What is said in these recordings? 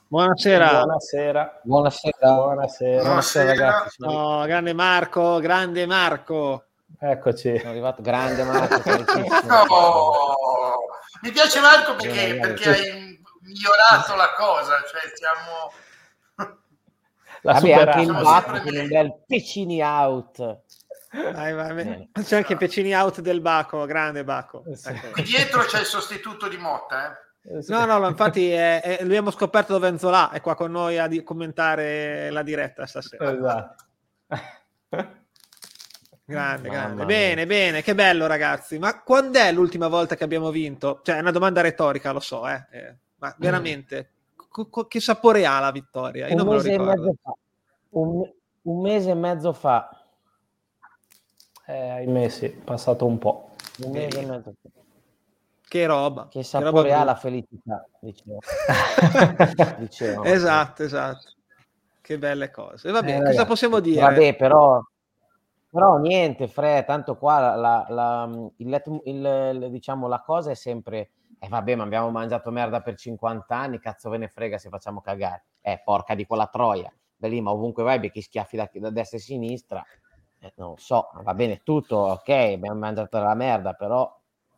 Buonasera. Buonasera. Buonasera. Buonasera. Buonasera ragazzi. Oh, grande Marco. Eccoci. Sono arrivato, grande Marco. Mi piace Marco perché hai migliorato la cosa, cioè siamo... Vabbè, anche il Baco con un bel Pecini out. Vai. C'è anche Pecini out del Baco, grande Baco. Sì. Qui dietro c'è il sostituto di Motta, No, infatti lui abbiamo scoperto dove Nzola è qua con noi a commentare la diretta stasera. Esatto. Grande. Bene, che bello ragazzi. Ma quando è l'ultima volta che abbiamo vinto? Cioè è una domanda retorica, lo so, ma veramente che sapore ha la vittoria? Io non me lo ricordo. Un mese e mezzo fa. Ahimè sì, passato un po'. Un mese e mezzo fa. Che roba. Che sapore ha la felicità, dicevo. Esatto. Che belle cose. Vabbè, cosa possiamo dire? Vabbè, però niente, tanto qua diciamo la cosa è sempre vabbè, ma abbiamo mangiato merda per 50 anni, cazzo ve ne frega se facciamo cagare. Porca di quella troia. Da lì, ma ovunque vai becchi schiaffi da destra e sinistra. Non so, va bene tutto, ok, abbiamo mangiato la merda, però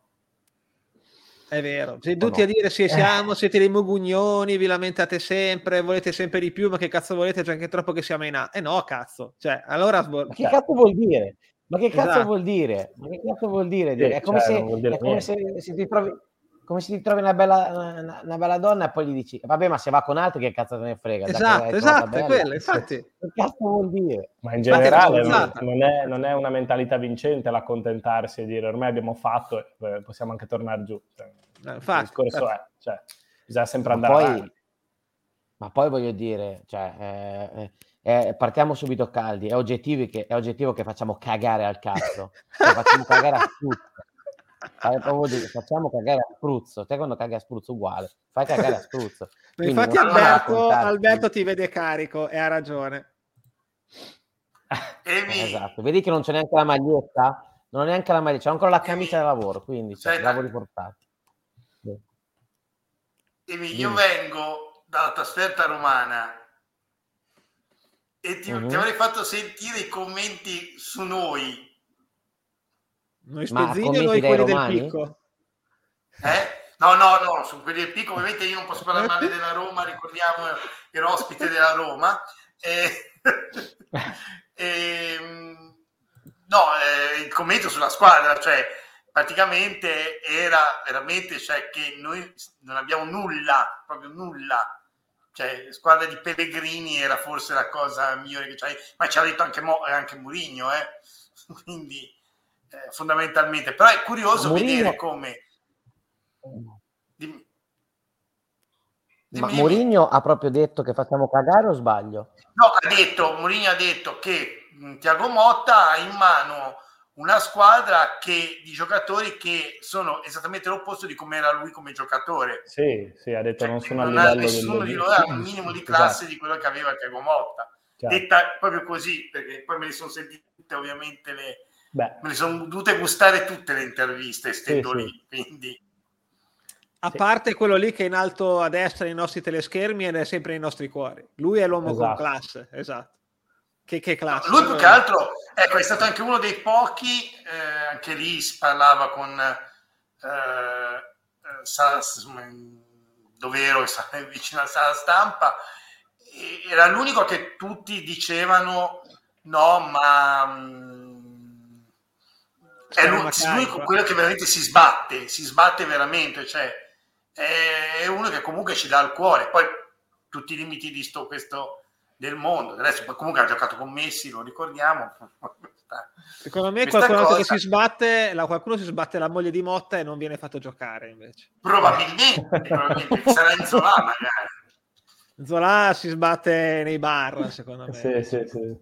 è vero, siete tutti a dire siete dei mugugnoni, vi lamentate sempre, volete sempre di più, ma che cazzo volete, c'è anche troppo che siamo in A. No, cazzo, cioè, allora... Ma che cazzo vuol dire? Ma che cazzo vuol dire? È come se ti trovi... Come se ti trovi una bella donna e poi gli dici vabbè, ma se va con altri che cazzo te ne frega. Esatto, è quello, infatti. Che cazzo vuol dire? Ma in generale non è una mentalità vincente l'accontentarsi e dire ormai abbiamo fatto e possiamo anche tornare giù. Il discorso è, cioè, bisogna sempre andare avanti. Ma poi voglio dire, partiamo subito caldi, è oggettivo che facciamo cagare al cazzo, facciamo cagare a tutto. Facciamo cagare a spruzzo. Te quando caghi a spruzzo uguale, fai cagare a spruzzo. Infatti Alberto ti vede carico e ha ragione. Esatto, vedi che non c'è neanche la maglietta? Non ho neanche la maglietta, c'è ancora la camicia da lavoro, quindi l'avevo riportata. Io vengo dalla trasferta romana e ti avrei fatto sentire i commenti su noi. Noi spezzini o noi quelli del picco? No, su quelli del picco ovviamente io non posso parlare male della Roma, ricordiamo, ero ospite della Roma. Il commento sulla squadra, cioè praticamente era veramente, cioè, che noi non abbiamo nulla, proprio nulla. Cioè, squadra di Pellegrini era forse la cosa migliore che c'hai, ma ci ha detto anche Mourinho, quindi fondamentalmente, però è curioso vedere come Mourinho ha proprio detto che facciamo cagare o sbaglio? No, Mourinho ha detto che Thiago Motta ha in mano una squadra di giocatori che sono esattamente l'opposto di come era lui come giocatore. Sì, ha detto non sono a non livello nessuno di loro ha un minimo di classe di quello che aveva Thiago Motta. Certo. Detta proprio così, perché poi me ne sono sentite ovviamente me ne sono dovute gustare tutte le interviste stendo lì, quindi a parte quello lì che è in alto a destra nei nostri teleschermi ed è sempre nei nostri cuori. Lui è l'uomo con classe, esatto. Che classe. Lui più che altro, ecco, è stato anche uno dei pochi, anche lì si parlava con Dovero, vicino alla sala stampa, era l'unico che tutti dicevano no, ma è lui quello che veramente si sbatte veramente, cioè è uno che comunque ci dà il cuore, poi tutti i limiti di questo del mondo, adesso comunque ha giocato con Messi, lo ricordiamo. Secondo me qualcuno si sbatte la moglie di Motta e non viene fatto giocare invece. Probabilmente sarà Nzola magari. Nzola si sbatte nei bar, secondo me. Sì.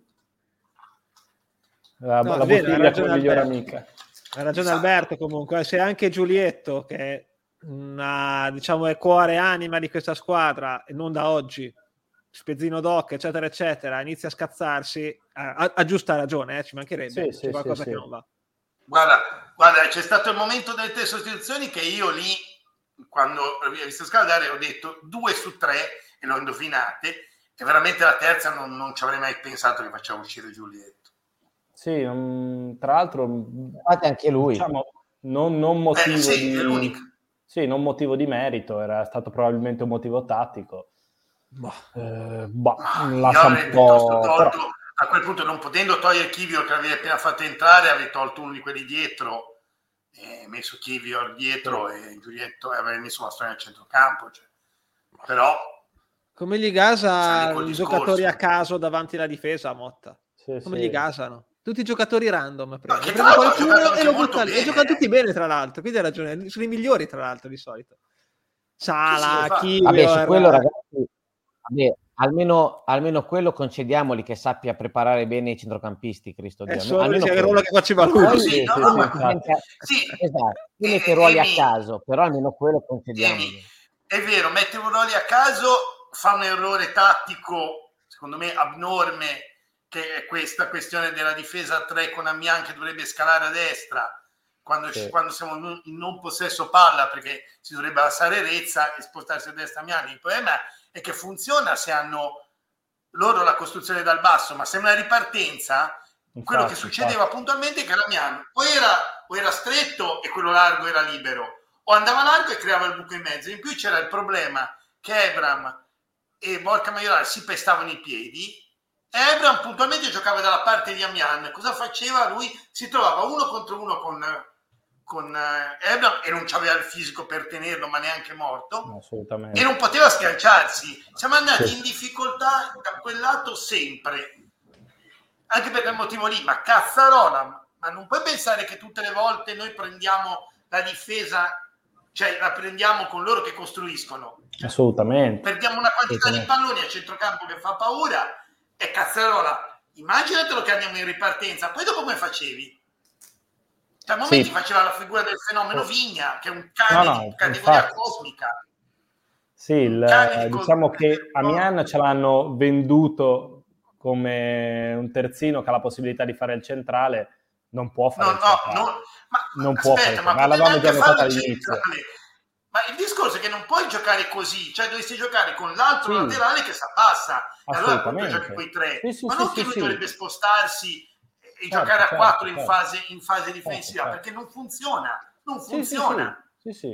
La bottiglia come migliore amica. Ha ragione Alberto comunque, se anche Giulietto che è è cuore e anima di questa squadra e non da oggi, spezzino doc eccetera eccetera, inizia a scazzarsi, ha giusta ragione, ci mancherebbe, c'è qualcosa che non va. Guarda, c'è stato il momento delle 3 sostituzioni che io lì, quando ho visto scaldare, ho detto 2 su 3 e lo indovinate, e veramente la terza non ci avrei mai pensato che facciamo uscire Giulietto. Sì, tra l'altro, infatti anche lui, diciamo, non motivo sì, è l'unico. Sì, non motivo di merito, era stato probabilmente un motivo tattico. Io avrei piuttosto tolto, a quel punto, non potendo togliere Kivior che l'avevi appena fatto entrare, avrei tolto uno di quelli dietro e messo Kivior dietro e Giulietto, e avrei messo Mastroianni al centrocampo, cioè. Però come gli gasa i giocatori a caso davanti alla difesa, Motta? Come gli gasano? Tutti i giocatori random prende qualcuno e lo butta lì, e giocano tutti bene, tra l'altro, quindi hai ragione, sono i migliori tra l'altro di solito. Sala, Kiwior. Vabbè, su quello, ragazzi, almeno quello concediamoli, che sappia preparare bene i centrocampisti, Cristo Dio. È solo il ruolo che faceva lui. Esatto, mette ruoli a caso, però almeno quello concediamoli. È vero, mette ruoli a caso, fa un errore tattico, secondo me abnorme, che è questa questione della difesa a 3 con Amian che dovrebbe scalare a destra quando siamo in non possesso palla, perché si dovrebbe alzare Rezza e spostarsi a destra Amian. Il problema è che funziona se hanno loro la costruzione dal basso, ma se una ripartenza, quello che succedeva puntualmente è che Amian o era stretto e quello largo era libero, o andava largo e creava il buco in mezzo. In più c'era il problema che Ebram e Borca Majoral si pestavano i piedi. Ebram puntualmente giocava dalla parte di Amian. Cosa faceva? Lui si trovava 1 contro 1 con Ebram e non c'aveva il fisico per tenerlo, ma neanche morto. Assolutamente. E non poteva sganciarsi. Siamo andati in difficoltà da quel lato sempre. Anche per quel motivo lì. Ma cazzarola, ma non puoi pensare che tutte le volte noi prendiamo la difesa, cioè la prendiamo con loro che costruiscono. Assolutamente. Perdiamo una quantità di palloni a centrocampo che fa paura. E cazzarola, immaginatelo che andiamo in ripartenza, poi dopo come facevi? Cioè, a momenti faceva la figura del fenomeno Vigna, che è un cane di categoria cosmica. Sì, diciamo che Amian ce l'hanno venduto come un terzino che ha la possibilità di fare il centrale, non può fare il centrale. Non può fare, ma l'avevamo già notato all'inizio. Ma il discorso è che non puoi giocare così, cioè dovresti giocare con l'altro laterale che passa. E allora appunto giochi quei 3. Ma non che lui dovrebbe spostarsi e giocare a 4 in fase difensiva, perché non funziona. Non funziona.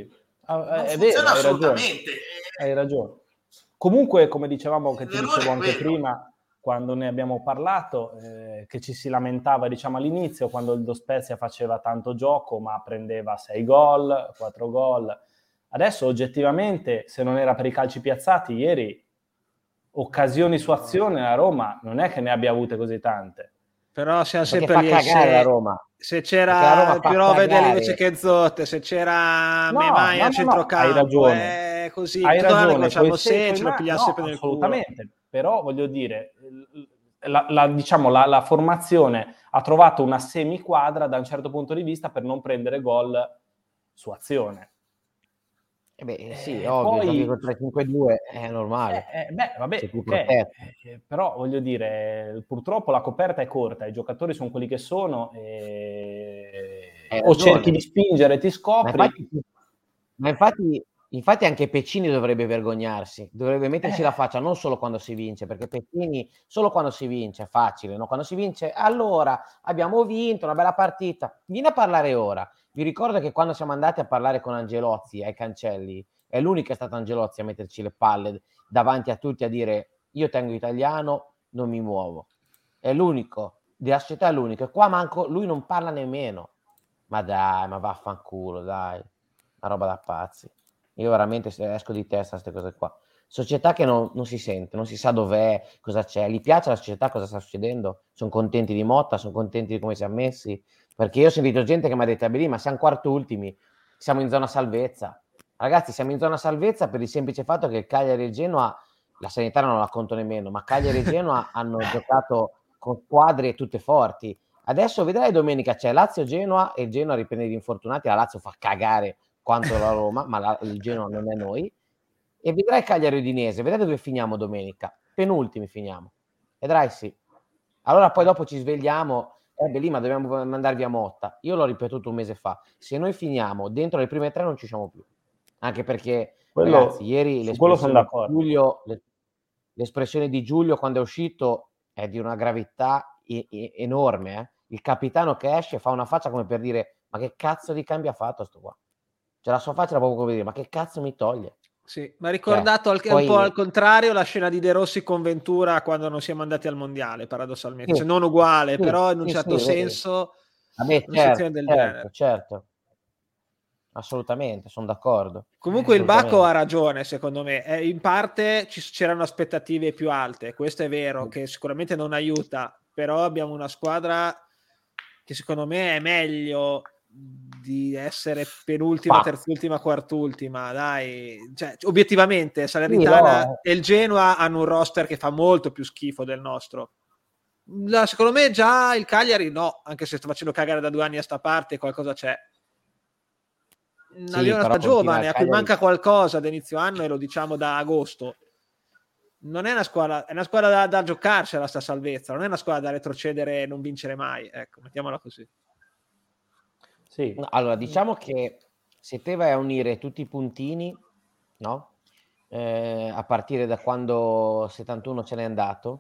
È vero, assolutamente. Hai ragione. Comunque, come dicevamo, che ti dicevo anche prima, quando ne abbiamo parlato, che ci si lamentava, diciamo, all'inizio, quando il Do Spezia faceva tanto gioco, ma prendeva 6 gol, 4 gol. Adesso oggettivamente, se non era per i calci piazzati, ieri occasioni su azione la Roma non è che ne abbia avute così tante. Però siamo sempre lì, la Roma. Se c'era Pirovede invece che Zotte, se c'era Memai a centrocampo, hai ragione. Così, hai ragione, ce lo pigliasse per il assolutamente, culo. Però voglio dire, la formazione ha trovato una semiquadra da un certo punto di vista per non prendere gol su azione. Sì, ovvio, con 3-5-2 è normale. Vabbè, però voglio dire, purtroppo la coperta è corta, i giocatori sono quelli che sono, o cerchi di spingere, ti scopri. Ma infatti anche Peccini dovrebbe vergognarsi, dovrebbe metterci la faccia non solo quando si vince, perché Peccini solo quando si vince è facile, no? Quando si vince, allora abbiamo vinto, una bella partita, vieni a parlare ora. Vi ricordo che quando siamo andati a parlare con Angelozzi ai cancelli, è l'unica stata Angelozzi a metterci le palle davanti a tutti a dire io tengo italiano, non mi muovo. È l'unico, della società è l'unico. E qua manco, lui non parla nemmeno. Ma dai, ma vaffanculo, dai. Una roba da pazzi. Io veramente esco di testa a queste cose qua. Società che non si sente, non si sa dov'è, cosa c'è. Gli piace la società, cosa sta succedendo? Sono contenti di Motta, sono contenti di come siamo messi. Perché io ho sentito gente che mi ha detto, ma siamo quarti ultimi, siamo in zona salvezza. Ragazzi, siamo in zona salvezza per il semplice fatto che Cagliari e Genoa, la sanitaria non la conto nemmeno, ma Cagliari e Genoa hanno giocato con squadre tutte forti. Adesso vedrai domenica c'è Lazio-Genoa e il Genoa riprende gli infortunati, la Lazio fa cagare quanto la Roma, ma il Genoa non è noi. E vedrai Cagliari-Udinese, vedrai dove finiamo domenica. Penultimi finiamo. Vedrai sì. Allora poi dopo ci svegliamo... lì, ma dobbiamo mandare via Motta. Io l'ho ripetuto un mese fa. Se noi finiamo dentro le prime 3 non ci siamo più. Anche perché, ragazzi, ieri quello sono d'accordo. l'espressione di Giulio quando è uscito è di una gravità enorme. Il capitano che esce fa una faccia come per dire: ma che cazzo di cambio ha fatto sto qua? Cioè la sua faccia era proprio come dire: ma che cazzo mi toglie? Sì, mi ha ricordato un po' al contrario la scena di De Rossi con Ventura quando non siamo andati al mondiale, paradossalmente. Cioè, non uguale, però in un certo senso vabbè, una situazione del genere. Certo. Assolutamente, sono d'accordo. Comunque il Bacco ha ragione, secondo me. In parte c'erano aspettative più alte, questo è vero, che sicuramente non aiuta, però abbiamo una squadra che secondo me è meglio di essere penultima, terzultima, quartultima, dai. Cioè, obiettivamente Salernitana e il Genoa hanno un roster che fa molto più schifo del nostro. Secondo me già il Cagliari no, anche se sto facendo cagare da 2 anni a sta parte, qualcosa c'è. Abbiamo una squadra giovane a cui manca qualcosa da inizio anno e lo diciamo da agosto. Non è una squadra, è una squadra da giocarsela sta salvezza, non è una squadra da retrocedere e non vincere mai, ecco, mettiamola così. Sì. Allora, diciamo che se te vai a unire tutti i puntini, no? A partire da quando 71 ce n'è andato,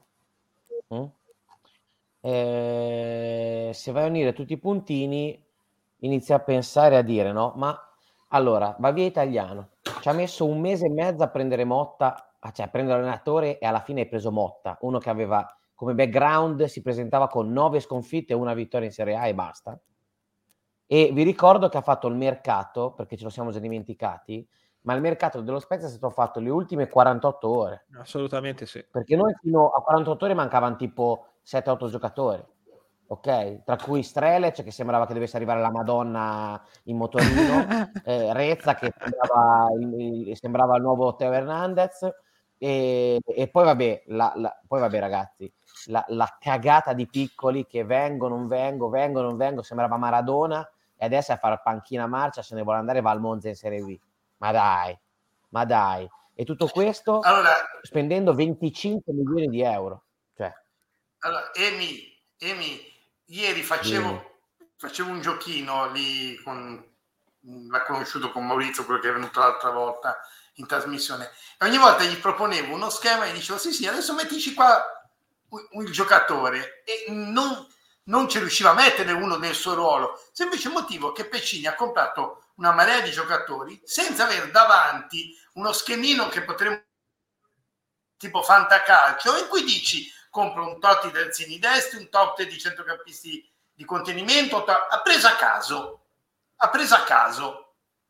se vai a unire tutti i puntini, inizia a pensare, a dire, no? Ma allora, va via Italiano, ci ha messo 1 mese e mezzo a prendere Motta, cioè a prendere l'allenatore, e alla fine hai preso Motta, uno che aveva come background, si presentava con 9 sconfitte e 1 vittoria in Serie A e basta. E vi ricordo che ha fatto il mercato, perché ce lo siamo già dimenticati, ma il mercato dello Spezia è stato fatto le ultime 48 ore. Assolutamente sì. Perché noi fino a 48 ore mancavano tipo 7-8 giocatori, ok? Tra cui Strelec, che sembrava che dovesse arrivare la Madonna in motorino, Rezza, che sembrava il nuovo Teo Hernandez, e poi vabbè, poi vabbè ragazzi, la cagata di Piccoli che vengo, non vengo, sembrava Maradona, e adesso a fare panchina marcia, se ne vuole andare, va al Monza in Serie B. Ma dai. E tutto questo spendendo 25 milioni di euro. Cioè. Allora, Emi, ieri facevo un giochino lì l'ha conosciuto con Maurizio, quello che è venuto l'altra volta in trasmissione, e ogni volta gli proponevo uno schema e dicevo sì, adesso mettici qua il giocatore, e non ci riusciva a mettere uno nel suo ruolo, semplice motivo che Pecini ha comprato una marea di giocatori senza avere davanti uno schemino che potremmo tipo fantacalcio, in cui dici compro un tot di terzini destri, un tot di centrocampisti di contenimento, ha preso a caso.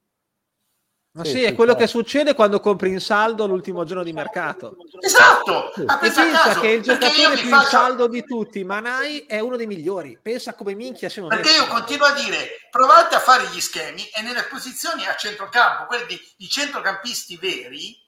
Ma sì, è quello che succede quando compri in saldo l'ultimo giorno di mercato. Esatto, e pensa che il giocatore più in saldo di tutti, Manai, è uno dei migliori. Pensa come minchia siamo perché io continuo a dire, provate a fare gli schemi e nelle posizioni a centrocampo, quelli di centrocampisti veri,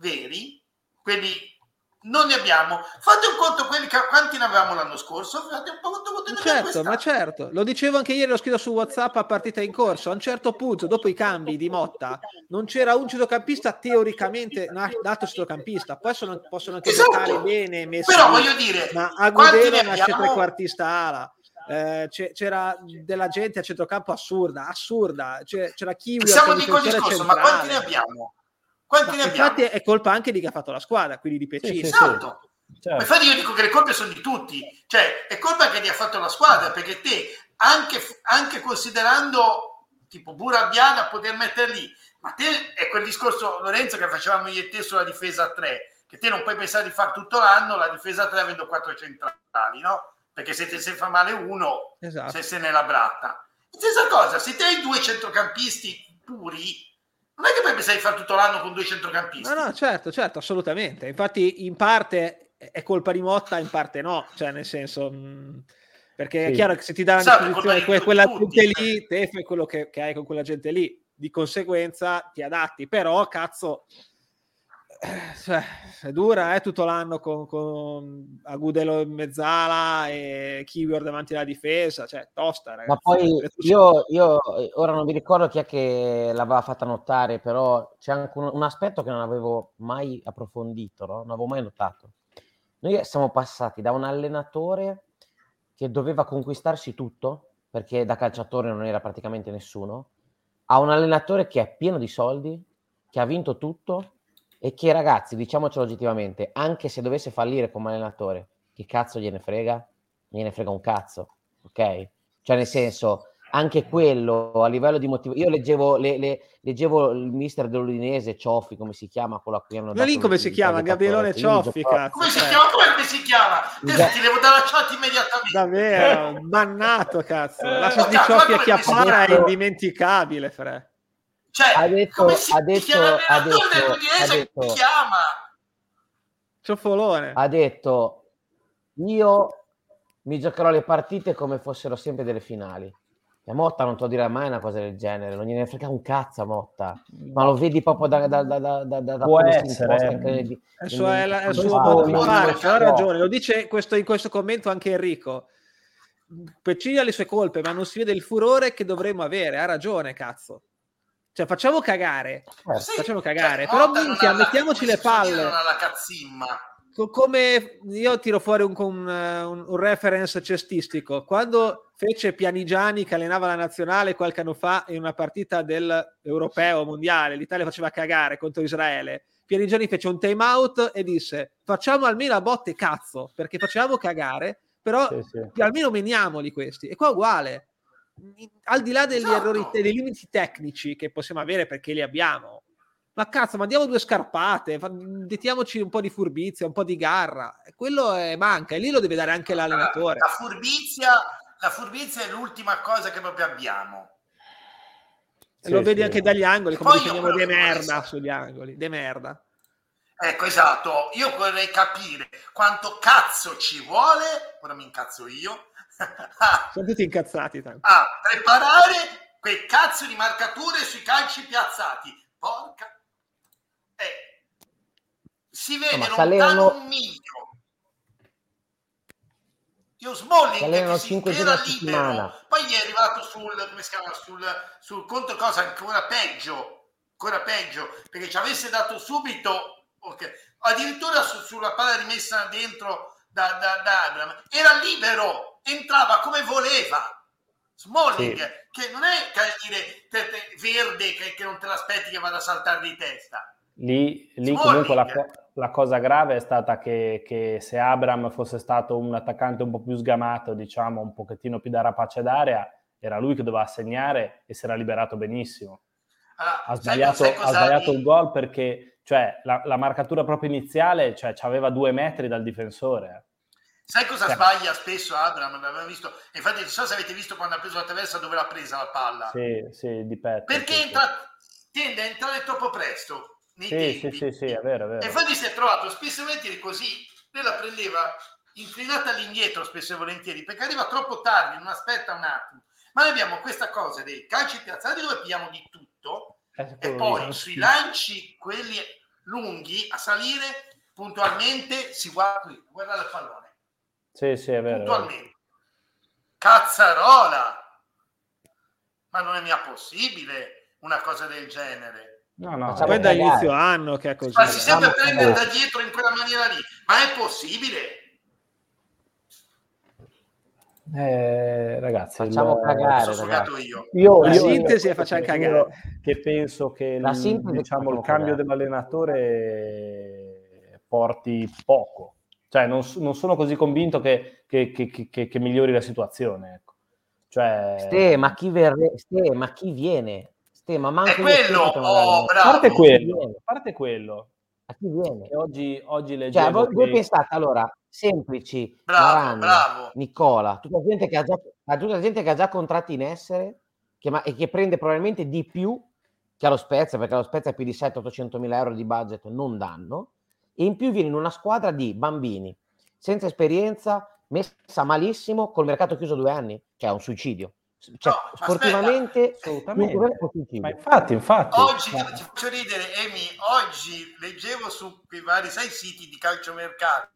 quelli non ne abbiamo. Fate un conto quanti ne avevamo l'anno scorso, fate un po' conto ma certo, lo dicevo anche ieri, l'ho scritto su WhatsApp a partita in corso. A un certo punto, dopo i cambi di Motta, non c'era un centrocampista teoricamente nato centrocampista, poi possono anche giocare bene, però voglio dire, ma Agudelo nasce trequartista ala. C'era della gente a centrocampo assurda, c'era Kiwi, siamo di quel discorso, ma quanti ne abbiamo? Infatti è colpa anche di chi ha fatto la squadra, quindi di Pecini. Esatto. Certo. Ma infatti io dico che le colpe sono di tutti, cioè è colpa che ti ha fatto la squadra, perché te anche considerando tipo Burabbiana poter metterli, ma te è quel discorso, Lorenzo, che facevamo io e te sulla difesa a 3, che te non puoi pensare di fare tutto l'anno la difesa a 3 avendo 4 centrali, no? Perché se te fa male uno, esatto, se ne la bratta. Stessa cosa, se te hai 2 centrocampisti puri, non è che poi pensare di fare tutto l'anno con 2 centrocampisti. No, certo, assolutamente. Infatti in parte è colpa di Motta, in parte no, cioè nel senso, perché è chiaro che se ti dà una disposizione quella gente lì, te fai quello che hai con quella gente lì, di conseguenza ti adatti, però cazzo, cioè, è dura tutto l'anno con Agudelo in mezzala e Kiwior davanti alla difesa, cioè tosta, ragazzi. Ma poi io ora non mi ricordo chi è che l'aveva fatta notare, però c'è anche un aspetto che non avevo mai approfondito, no? Non avevo mai notato. Noi siamo passati da un allenatore che doveva conquistarsi tutto, perché da calciatore non era praticamente nessuno, a un allenatore che è pieno di soldi, che ha vinto tutto e che, ragazzi, diciamocelo oggettivamente, anche se dovesse fallire come allenatore, che cazzo gliene frega? Gliene frega un cazzo, ok? Cioè, nel senso, anche quello a livello di motivazione. Io leggevo il mister dell'Udinese, Cioffi, come si chiama, quello a cui hanno dato. Ma lì come si chiama? Gabrielone Cioffi, cazzo. Come si chiama? Adesso ti devo dare la chat immediatamente. Davvero, bannato, cazzo. La di Cioffi a Chiappara è indimenticabile, Fre. Cioè, ha detto, Cioffolone. Ha detto, io mi giocherò le partite come fossero sempre delle finali. E Motta non te lo dirà mai una cosa del genere, non gliene frega un cazzo a Motta, ma lo vedi proprio da può essere è il suo modo di fare, ha ragione, lo dice in questo commento anche Enrico. Peccini ha le sue colpe, ma non si vede il furore che dovremmo avere, ha ragione, cazzo. Cioè, facciamo cagare, però minchia, mettiamoci le palle. Non ha la cazzimma. Come io tiro fuori un reference cestistico, quando fece Pianigiani che allenava la nazionale qualche anno fa in una partita dell'Europeo mondiale, l'Italia faceva cagare contro Israele, Pianigiani fece un time out e disse facciamo almeno a botte cazzo, perché facevamo cagare, però almeno meniamoli questi. E qua uguale, al di là degli errori, dei limiti tecnici che possiamo avere perché li abbiamo, ma cazzo, mandiamo 2 scarpate, mettiamoci un po' di furbizia, un po' di garra, quello manca, e lì lo deve dare anche l'allenatore. La furbizia è l'ultima cosa che proprio abbiamo. Lo vedi anche dagli angoli, come difendiamo de merda sugli angoli, de merda. Ecco, esatto, io vorrei capire quanto cazzo ci vuole, ora mi incazzo io, sono tutti incazzati tanto. A preparare quei cazzo di marcature sui calci piazzati. Porca. Si vede lontano un miglio. Io Smalling che si era libero, poi gli è arrivato sul contro cosa ancora peggio, perché ci avesse dato subito, addirittura sulla palla rimessa dentro da Abraham, era libero, entrava come voleva. Smalling, che non è verde che non te l'aspetti che vada a saltare di testa. Lì comunque la cosa grave è stata che se Abraham fosse stato un attaccante un po' più sgamato, diciamo, un pochettino più da rapace d'area, era lui che doveva segnare e si era liberato benissimo. Ha sbagliato il gol perché, cioè, la marcatura proprio iniziale, cioè, aveva 2 metri dal difensore. Sai cosa sbaglia spesso Abraham? L'abbiamo visto. Infatti, non so se avete visto quando ha preso la traversa dove l'ha presa la palla. Sì, di petto. Perché tende a entrare troppo presto nei tempi. Sì, è vero. E infatti si è trovato spesso e volentieri così. Lei la prendeva inclinata all'indietro spesso e volentieri, perché arriva troppo tardi, non aspetta un attimo. Ma noi abbiamo questa cosa dei calci piazzati dove pigliamo di tutto e poi sui lanci, quelli lunghi, a salire, puntualmente si guarda il pallone. Sì, è vero. Puntualmente. Cazzarola! Ma non è mica possibile una cosa del genere. No. Poi da inizio anno che è così. Ma si sempre prendere da dietro in quella maniera lì. Ma è possibile? Ragazzi, facciamo cagare. La sintesi è facciamo cagare. Che penso che il cambio dell'allenatore porti poco. Cioè, non sono così convinto che migliori la situazione. Ecco. Cioè... ma chi viene? Ma manco è quello, bravo. A parte quello. A chi viene? Che oggi leggevo voi pensate, allora, semplici, Maragna, Nicola, tutta gente che ha già contratti in essere e che prende probabilmente di più che allo Spezia, perché allo Spezia più di 700-800 mila euro di budget non danno, e in più viene in una squadra di bambini senza esperienza, messa malissimo, col mercato chiuso 2 anni, cioè è un suicidio. Cioè, no, sportivamente assolutamente. Ma infatti oggi ti faccio ridere, Emi, oggi leggevo su quei vari siti di calciomercato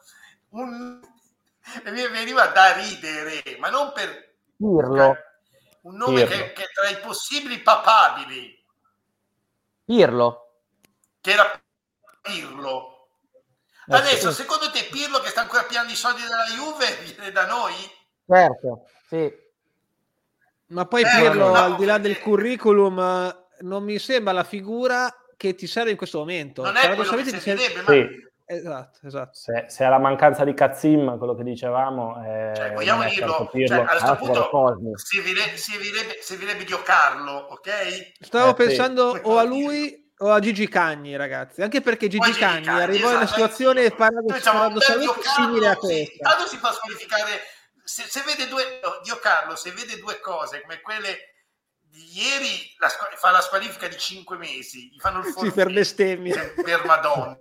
e mi veniva da ridere, ma non per Pirlo, un nome che tra i possibili papabili, Pirlo, che era Pirlo. Adesso secondo te Pirlo, che sta ancora pigliando i soldi della Juve, viene da noi? Certo, sì. Ma poi Pirlo, al di là del curriculum, non mi sembra la figura che ti serve in questo momento. Non è quello che servirebbe, ma... Sì. Esatto. Se è la mancanza di Kazim, quello che dicevamo, cioè, vogliamo dirlo, cioè, a questo punto servirebbe Dio Carlo, ok? Stavo pensando o a lui o a Gigi Cagni, ragazzi, anche perché Gigi Cagni arrivò in una situazione paradossalmente simile a questa. Tanto si fa squalificare, se vede Dio Carlo, se vede due cose come quelle di ieri, fa la squalifica di 5 mesi, gli fanno il forfait per bestemmie, per Madonne.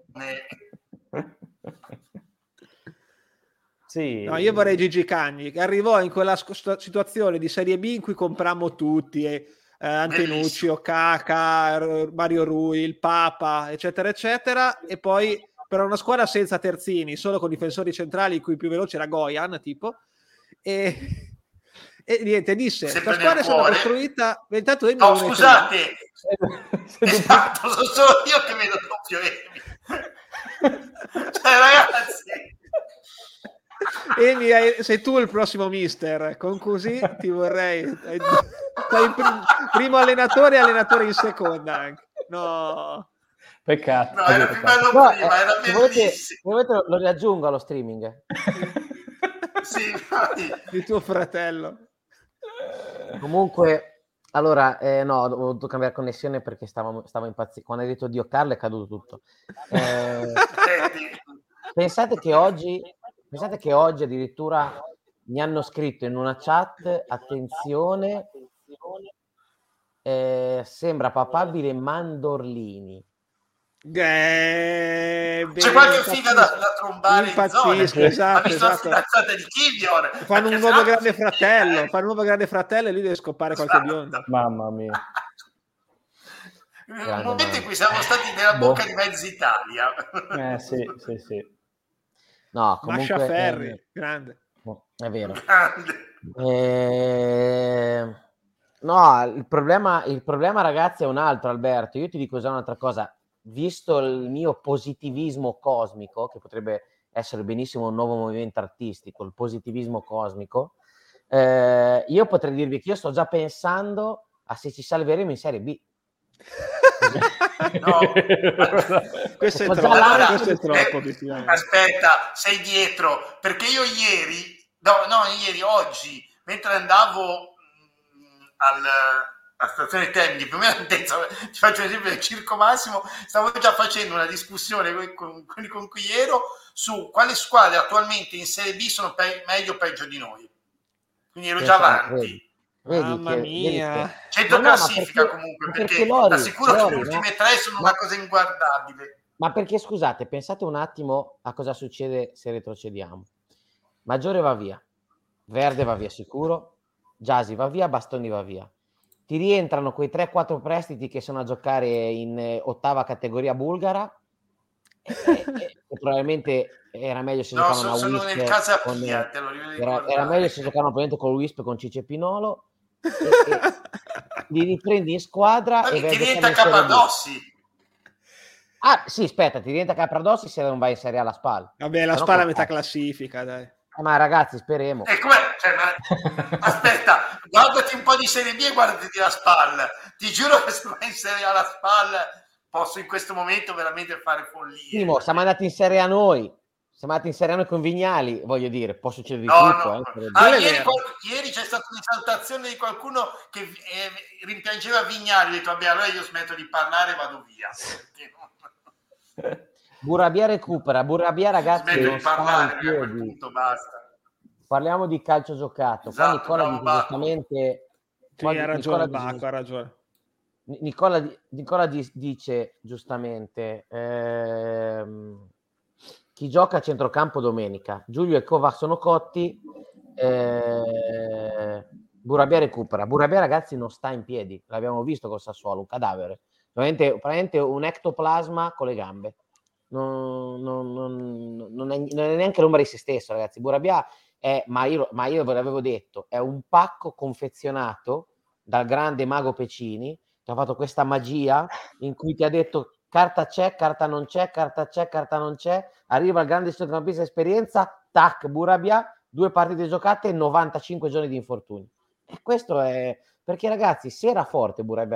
Sì. No, io vorrei Gigi Cagni, che arrivò in quella situazione di Serie B in cui comprammo tutti, Antenucci, Okaka, Mario Rui, il Papa, eccetera, eccetera, e poi per una squadra senza terzini, solo con difensori centrali, in cui il più veloce era Goyan, tipo, e niente, disse, questa squadra è stata costruita... No, scusate! Esatto, sono solo io che vedo doppio cioè, ragazzi... Emi, sei tu il prossimo mister, con così ti vorrei sei primo allenatore e allenatore in seconda anche. No, peccato. No, era più bello prima, era bellissimo. Volete lo riaggiungo allo streaming? Sì, di tuo fratello. Comunque, allora, no, ho dovuto cambiare connessione perché stavo impazzendo. Quando hai detto Dio Carlo è caduto tutto. Pensate che oggi addirittura mi hanno scritto in una chat, attenzione, sembra papabile Mandorlini. C'è qualche figa da trombare in zona. Esatto. La fidanzata di Kivior. Fanno un nuovo grande fratello e lui deve scopare qualche biondo. Mamma mia. Nel momento in cui siamo stati nella bocca di mezza Italia. Sì. No, comunque, Mascia Ferri, grande. È vero. No, il problema, ragazzi, è un altro, Alberto. Io ti dico già un'altra cosa. Visto il mio positivismo cosmico, che potrebbe essere benissimo un nuovo movimento artistico, il positivismo cosmico, io potrei dirvi che io sto già pensando a se ci salveremo in Serie B. No, questo è troppo. Aspetta, sei dietro, perché io oggi, mentre andavo alla stazione Termini, più o meno all'altezza, ti faccio un esempio del Circo Massimo, stavo già facendo una discussione con quelli con cui ero su quali squadre attualmente in Serie B sono meglio o peggio di noi, quindi ero già avanti. Mamma mia, centro classifica comunque, perché assicuro che le ultime 3 sono una cosa inguardabile. Ma perché, scusate, pensate un attimo a cosa succede se retrocediamo. Maggiore va via, Verde va via sicuro, Gyasi va via, Bastoni va via. Ti rientrano quei 3-4 prestiti che sono a giocare in ottava categoria bulgara e probabilmente era meglio se giocavano a sono Wisp nel Casapia, te lo era meglio se giocavano probabilmente con Wisp, con Ciccio Pinolo, e li riprendi in squadra e ti diventa Capradossi. Ah sì, aspetta, ti diventa Capradossi se non vai in Serie A alla SPAL. Vabbè, la SPAL a metà classifica, dai. Ma ragazzi, speriamo. Aspetta, guardati un po' di Serie B e guardati la SPAL. Ti giuro che se vai in Serie A alla SPAL posso in questo momento veramente fare follie. Simo, siamo andati in Serie A noi. Siamo andati in Serie A noi con Vignali, voglio dire, può succedere di tutto. No. Ieri c'è stata un'esaltazione di qualcuno che rimpiangeva Vignali. Ho detto, vabbè, allora io smetto di parlare e vado via. Burabia recupera. Burabia, ragazzi, smetto di parlare, a quel punto basta. Parliamo di calcio giocato. Esatto, qua Nicola dice giustamente... Sì, ha ragione Bacco, ha ragione. Nicola dice giustamente... chi gioca a centrocampo domenica? Giulio e Kovac sono cotti. Burabia recupera. Burabia, ragazzi, non sta in piedi. L'abbiamo visto col Sassuolo, un cadavere. Praticamente un ectoplasma con le gambe. Non è neanche l'ombra di se stesso, ragazzi. Burabia è, ma io ve l'avevo detto, è un pacco confezionato dal grande mago Pecini, che ha fatto questa magia in cui ti ha detto carta c'è, carta non c'è, carta c'è, carta non c'è, arriva il grande centrocampista esperienza, tac, Burabia, 2 partite giocate e 95 giorni di infortuni. E questo è perché, ragazzi, se era forte Burabia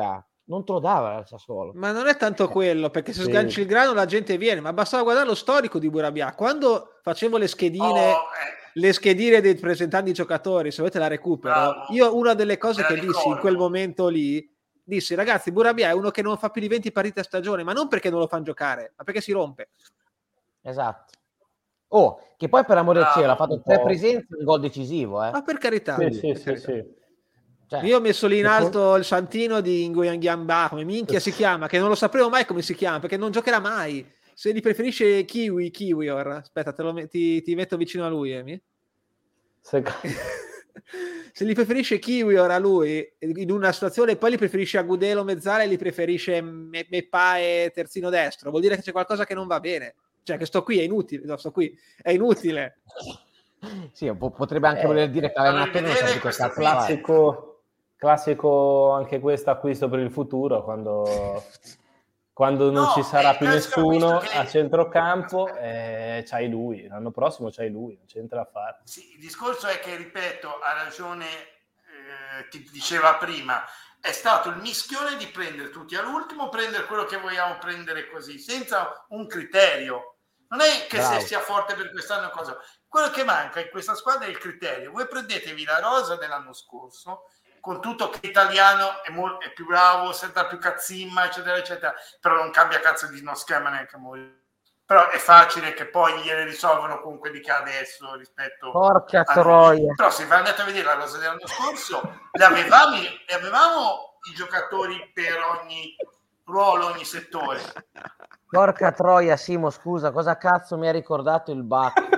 non te lo dava il Sassuolo. Ma non è tanto quello, perché se sganci il grano la gente viene, ma bastava guardare lo storico di Burabia. Quando facevo le schedine dei presentanti giocatori, se volete la recupero, io una delle cose che dissi in quel momento lì, dissi ragazzi, Burabia è uno che non fa più di 20 partite a stagione, ma non perché non lo fanno giocare, ma perché si rompe. Esatto. Che poi per amore del cielo ha fatto 3 presenze e un gol decisivo. Ma per carità. Sì. Cioè, io ho messo lì in alto il santino di Nguyen Gamba, come minchia si chiama, che non lo sapevo mai come si chiama, perché non giocherà mai. Se li preferisce Kiwior, aspetta, ti metto vicino a lui, Emi. Se li preferisce Kiwior a lui in una situazione, poi li preferisce Agudelo mezzala e li preferisce Meppa e terzino destro, vuol dire che c'è qualcosa che non va bene. Cioè che sto qui è inutile. Sì, potrebbe anche voler dire che aveva una pena di questa classico anche questo acquisto per il futuro, quando non ci sarà più nessuno a centrocampo, c'hai lui, l'anno prossimo c'hai lui, non c'entra a fare. Sì, il discorso è che, ripeto, ha ragione chi diceva prima, è stato il mischione di prendere tutti all'ultimo, prendere quello che vogliamo prendere così, senza un criterio. Non è che se sia forte per quest'anno cosa. Quello che manca in questa squadra è il criterio. Voi prendetevi la rosa dell'anno scorso, con tutto che italiano è più bravo, senta più cazzimma, eccetera, eccetera, però non cambia cazzo di uno schema neanche molto. Però è facile che poi gliele risolvono con quelli che ha adesso rispetto porca troia. Però se andate a vedere la rosa dell'anno scorso, avevamo i giocatori per ogni ruolo, ogni settore. Porca troia, Simo, scusa, cosa cazzo mi ha ricordato il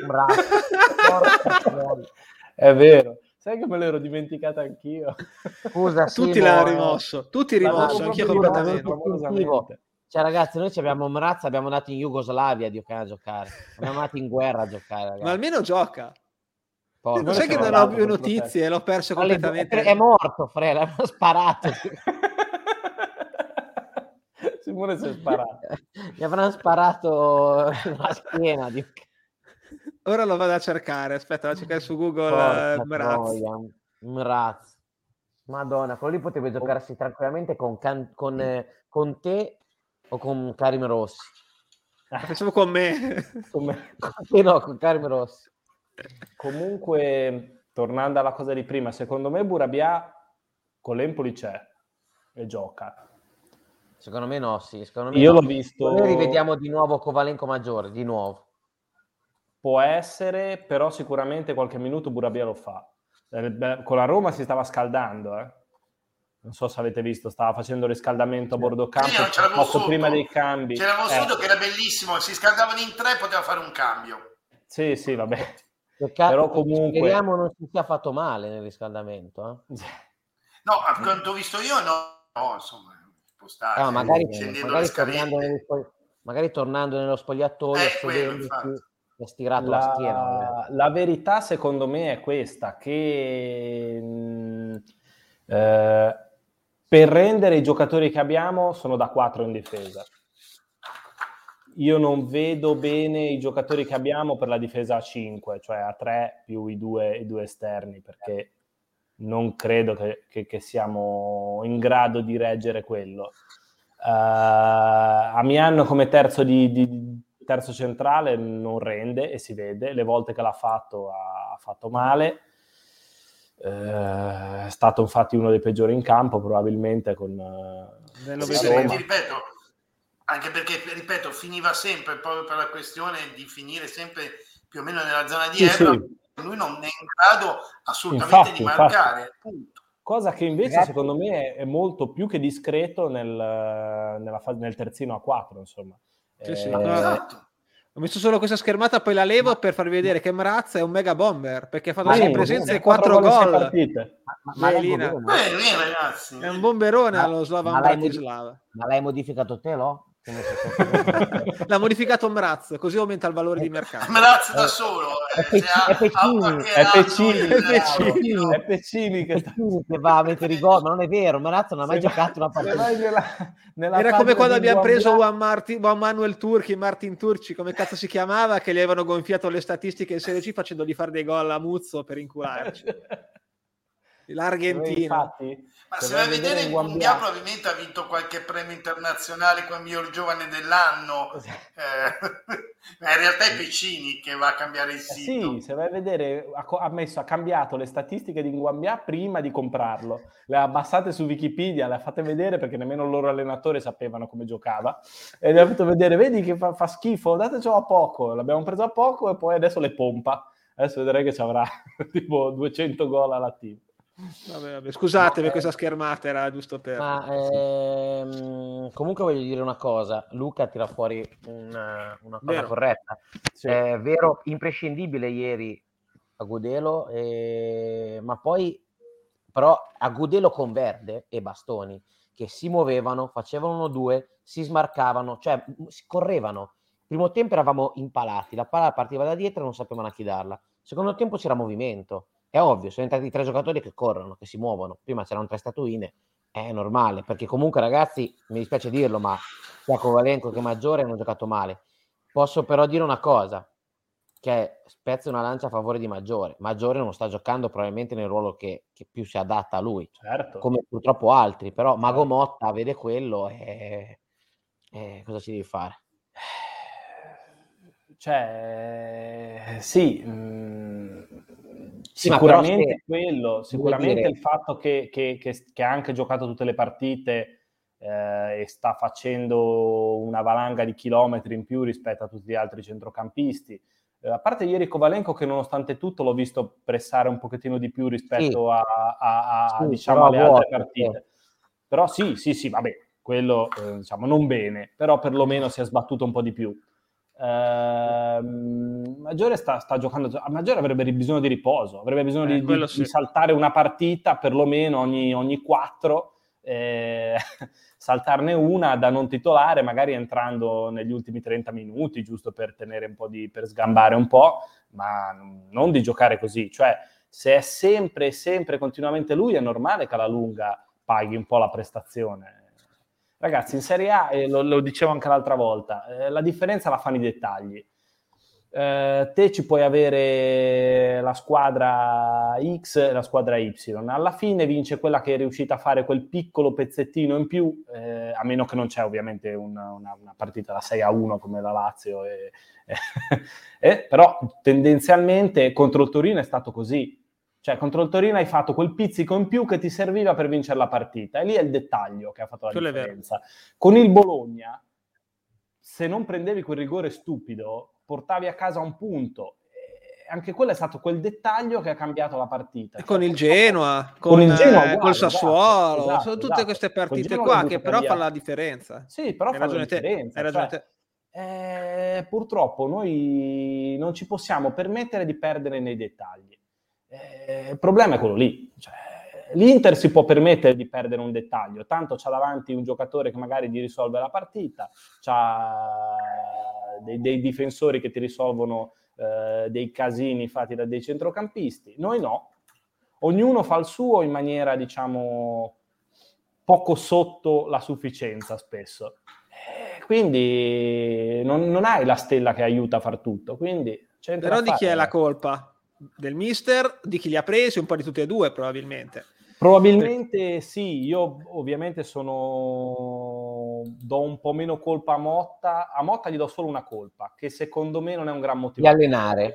È vero. Sai che me l'ero dimenticata anch'io. Scusa, tutti l'hanno rimosso, anch'io completamente. Cioè ragazzi, noi abbiamo Mraz, abbiamo andato in Jugoslavia a giocare, abbiamo andato in guerra a giocare, ragazzi. Ma almeno gioca. Non sai che non ho più notizie, l'ho perso completamente. È morto, Frela, hanno sparato. Simone si è sparato. Gli avranno sparato la schiena. Ora lo vado a cercare, aspetta, vado a cercare su Google Mraz. Madonna, quello lì potrebbe giocarsi tranquillamente con te o con Karim Rossi. Facciamo con me. Con Karim Rossi. Comunque, tornando alla cosa di prima, secondo me Burabia con l'Empoli c'è e gioca. Secondo me no, sì. Secondo me io l'ho visto. Noi rivediamo di nuovo Kovalenko maggiore, di nuovo. Può essere, però sicuramente qualche minuto Burabia lo fa. Con la Roma si stava scaldando, Non so se avete visto, stava facendo riscaldamento a bordo campo poco prima dei cambi. C'era Mossuto che era bellissimo, si scaldavano in 3, poteva fare un cambio. Sì, vabbè. Però comunque speriamo non si sia fatto male nel riscaldamento. No, a quanto ho visto io no, insomma. Magari tornando nello spogliatoio è stirato la schiena. La verità secondo me è questa, che per rendere i giocatori che abbiamo sono da 4 in difesa. Io non vedo bene i giocatori che abbiamo per la difesa a 5, cioè a 3 più i due esterni, perché non credo che siamo in grado di reggere quello. Amiano come terzo terzo centrale non rende e si vede, le volte che l'ha fatto ha fatto male, è stato infatti uno dei peggiori in campo probabilmente con ti ripeto, anche perché finiva sempre proprio per la questione di finire sempre più o meno nella zona di errore. Lui non è in grado assolutamente di marcare, punto. Cosa che invece secondo me è molto più che discreto nel terzino a 4, insomma. Esatto. Ho messo solo questa schermata, poi la levo per farvi vedere che Mraz è un mega bomber, perché ha fatto 6 presenze e 4 gol. Ragazzi. È un bomberone allo Slovan Bratislava. Ma l'hai modificato te, no? L'ha modificato Mraz, così aumenta il valore di mercato. Mraz da solo è Peccini che va a mettere i gol, ma non è vero, Mraz non ha mai giocato una partita. Era come quando abbiamo preso Juan Manuel Turchi, Martin Turci, come cazzo si chiamava, che gli avevano gonfiato le statistiche in Serie C facendogli fare dei gol a Muzzo per incularci. l'Argentina. Infatti, ma se vai a vedere Nguambia probabilmente ha vinto qualche premio internazionale come miglior giovane dell'anno. Ma in realtà è Piccini che va a cambiare il sito. Sì, se vai a vedere ha cambiato le statistiche di Nguambia prima di comprarlo, le ha abbassate su Wikipedia, le ha fatte vedere perché nemmeno il loro allenatore sapevano come giocava e le ha fatto vedere, vedi che fa schifo, datecelo a poco, l'abbiamo preso a poco e poi adesso le pompa, adesso vedrai che ci avrà tipo 200 gol alla team. Vabbè. Scusate, questa schermata era giusto per... comunque voglio dire una cosa, Luca tira fuori una cosa corretta. Sì. È vero, imprescindibile ieri Agudelo, ma poi però Agudelo con Verde e Bastoni che si muovevano, facevano 1-2, si smarcavano, cioè correvano. Primo tempo eravamo impalati, la palla partiva da dietro e non sapevano a chi darla. Secondo tempo c'era movimento. È ovvio, sono entrati 3 giocatori che corrono, che si muovono. Prima c'erano 3 statuine, è normale, perché comunque ragazzi, mi dispiace dirlo, ma sia Kovalenko che Maggiore hanno giocato male. Posso però dire una cosa, che spezzo una lancia a favore di Maggiore. Maggiore non sta giocando probabilmente nel ruolo che più si adatta a lui, certo, come purtroppo altri, però Mago Motta vede quello e cosa ci devi fare? Cioè, sì, sicuramente quello, sicuramente il fatto che ha anche giocato tutte le partite e sta facendo una valanga di chilometri in più rispetto a tutti gli altri centrocampisti. A parte ieri Kovalenko che nonostante tutto l'ho visto pressare un pochettino di più rispetto diciamo alle altre partite. Però sì, vabbè, quello diciamo non bene, però perlomeno si è sbattuto un po' di più. Maggiore sta giocando, Maggiore avrebbe bisogno di riposo, avrebbe bisogno di saltare una partita perlomeno ogni 4, saltarne una da non titolare, magari entrando negli ultimi 30 minuti giusto per tenere un po' per sgambare un po', ma non di giocare così. Cioè, se è sempre continuamente lui, è normale che alla lunga paghi un po' la prestazione. Ragazzi, in Serie A, lo dicevo anche l'altra volta, la differenza la fanno i dettagli. Te ci puoi avere la squadra X e la squadra Y. Alla fine vince quella che è riuscita a fare quel piccolo pezzettino in più, a meno che non c'è ovviamente una partita da 6-1 come la Lazio. Però tendenzialmente contro il Torino è stato così. Cioè, contro il Torino hai fatto quel pizzico in più che ti serviva per vincere la partita. E lì è il dettaglio che ha fatto la differenza. Con il Bologna, se non prendevi quel rigore stupido, portavi a casa un punto. E anche quello è stato quel dettaglio che ha cambiato la partita. E con il Genoa, con il Genoa col Sassuolo. Esatto, sono tutte queste partite qua che però fanno la differenza. Sì, però fanno la differenza. Hai ragione te. Purtroppo noi non ci possiamo permettere di perdere nei dettagli. Il problema è quello lì, cioè, l'Inter si può permettere di perdere un dettaglio, tanto c'ha davanti un giocatore che magari gli risolve la partita, c'ha dei difensori che ti risolvono dei casini fatti da dei centrocampisti. Noi no, ognuno fa il suo in maniera, diciamo, poco sotto la sufficienza spesso, quindi non hai la stella che aiuta a far tutto, quindi però di chi è la colpa? Del mister, di chi li ha presi, un po' di tutti e due probabilmente. Sì, io ovviamente do un po' meno colpa a Motta gli do solo una colpa, che secondo me non è un gran motivatore. Di allenare.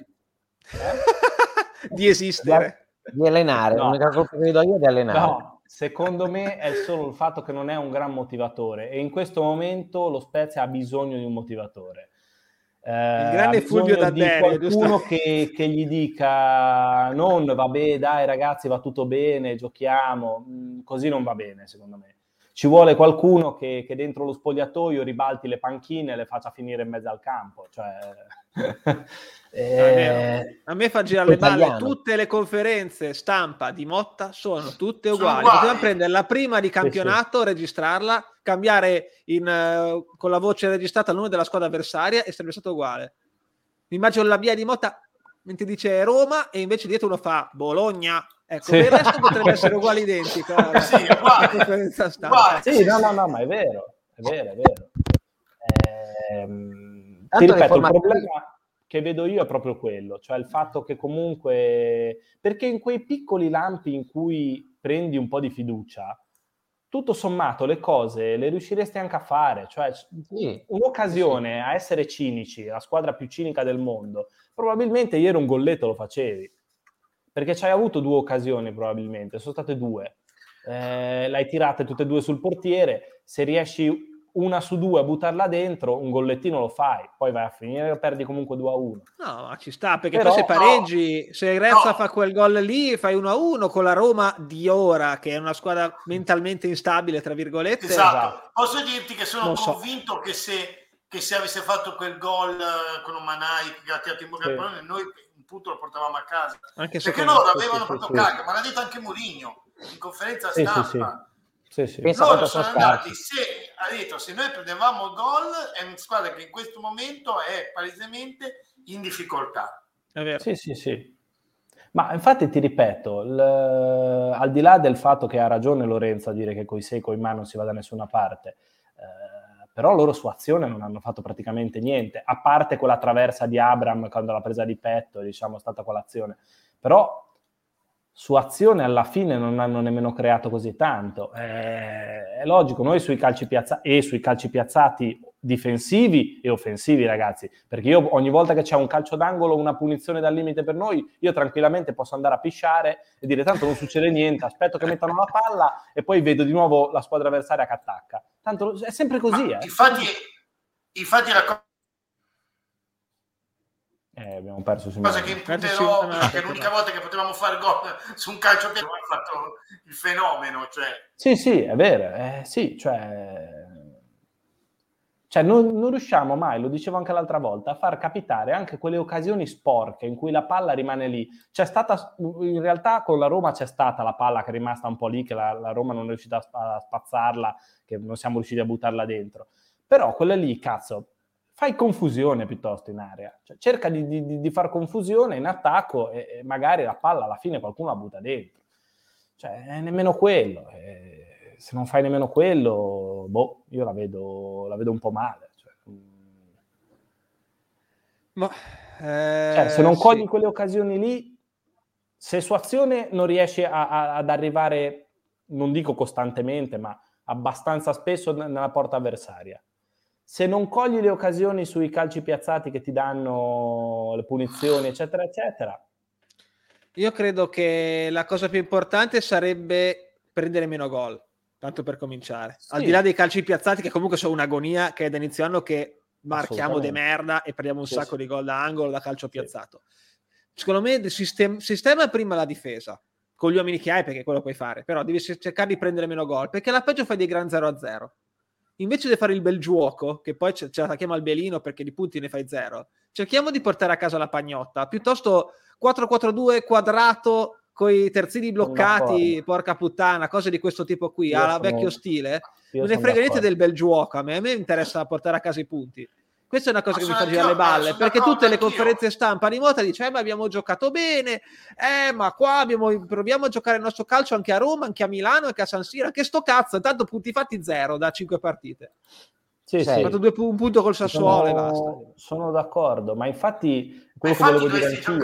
Di esistere. Di allenare, no. L'unica colpa che gli do io è di allenare. No, secondo me è solo il fatto che non è un gran motivatore e in questo momento lo Spezia ha bisogno di un motivatore. Il grande Fulvio D'Adderio, qualcuno che gli dica non vabbè dai ragazzi va tutto bene, giochiamo, così non va bene secondo me. Ci vuole qualcuno che dentro lo spogliatoio ribalti le panchine e le faccia finire in mezzo al campo, cioè a me fa girare le balle. Tutte le conferenze stampa di Motta sono tutte uguali. Potevamo prendere la prima di campionato, registrarla, cambiare con la voce registrata il nome della squadra avversaria e sarebbe stato uguale. Mi immagino la via di Motta mentre dice Roma e invece dietro uno fa Bologna. Ecco, il resto potrebbe essere uguale identico. Sì, uguale. Conferenza stampa. Sì, no, ma è vero. Ti ripeto, il problema che vedo io è proprio quello, cioè il fatto che comunque, perché in quei piccoli lampi in cui prendi un po' di fiducia, tutto sommato le cose le riusciresti anche a fare, cioè un'occasione a essere cinici, la squadra più cinica del mondo, probabilmente ieri un golletto lo facevi, perché ci hai avuto 2 occasioni probabilmente, sono state 2, l'hai tirate tutte e 2 sul portiere, se riesci 1 su 2 a buttarla dentro, un gollettino lo fai, poi vai a finire e perdi comunque 2-1. No, ma ci sta, perché però, poi se pareggi, se il Rezza fa quel gol lì, fai 1-1 con la Roma di ora, che è una squadra mentalmente instabile, tra virgolette. Esatto. Posso dirti che sono convinto che se avesse fatto quel gol con un Manai che ha tirato in bocca al pallone, noi un punto lo portavamo a casa. Anche perché loro avevano proprio carico, ma l'ha detto anche Mourinho in conferenza stampa. Loro sono andati, se noi prendevamo il gol è una squadra che in questo momento è palesemente in difficoltà. È vero. Sì. Ma infatti ti ripeto, al di là del fatto che ha ragione Lorenzo a dire che coi 6 coi non si va da nessuna parte, però loro su azione non hanno fatto praticamente niente, a parte quella traversa di Abraham quando l'ha presa di petto, diciamo, è stata quell'azione. Però su azione alla fine non hanno nemmeno creato così tanto. È logico, noi sui calci piazzati difensivi e offensivi, ragazzi, perché io ogni volta che c'è un calcio d'angolo, una punizione dal limite per noi, io tranquillamente posso andare a pisciare e dire tanto non succede niente, aspetto che mettano la palla e poi vedo di nuovo la squadra avversaria che attacca. Tanto è sempre così. Infatti la abbiamo perso cosa che imputerò, perché l'unica volta che potevamo fare gol su un calcio che ha fatto il fenomeno, cioè. Sì, è vero, cioè non riusciamo mai, lo dicevo anche l'altra volta, a far capitare anche quelle occasioni sporche in cui la palla rimane lì. C'è stata, in realtà con la Roma c'è stata la palla che è rimasta un po' lì, che la Roma non è riuscita a spazzarla, che non siamo riusciti a buttarla dentro. Però quella lì, cazzo, fai confusione piuttosto in area, cioè, cerca di far confusione in attacco e magari la palla alla fine qualcuno la butta dentro, cioè nemmeno quello, se non fai nemmeno quello, io la vedo un po' male, cioè, se non cogli quelle occasioni lì, se su azione non riesci ad arrivare, non dico costantemente, ma abbastanza spesso nella porta avversaria, se non cogli le occasioni sui calci piazzati che ti danno le punizioni, eccetera, eccetera. Io credo che la cosa più importante sarebbe prendere meno gol, tanto per cominciare. Sì. Al di là dei calci piazzati, che comunque sono un'agonia, che è da inizio anno che marchiamo de merda e prendiamo un sacco di gol da angolo, da calcio piazzato. Secondo me il sistema prima la difesa, con gli uomini che hai, perché quello puoi fare, però devi cercare di prendere meno gol, perché alla peggio fai dei gran 0-0. Invece di fare il bel gioco, che poi ce la chiama il belino perché di punti ne fai 0, cerchiamo di portare a casa la pagnotta, piuttosto 4-4-2 quadrato con i terzini bloccati, porca puttana, cose di questo tipo qui, alla vecchio stile. Non ne frega niente del bel gioco, a me interessa portare a casa i punti. Questa è una cosa che mi fa girare le balle, perché tutte le conferenze stampa di volta dice ma abbiamo giocato bene, ma qua proviamo a giocare il nostro calcio anche a Roma, anche a Milano, anche a San Siro, che sto cazzo, intanto punti fatti 0 da 5 partite. Ho fatto un punto col Sassuolo e basta. Sono d'accordo, ma infatti quello che volevo dire anch'io.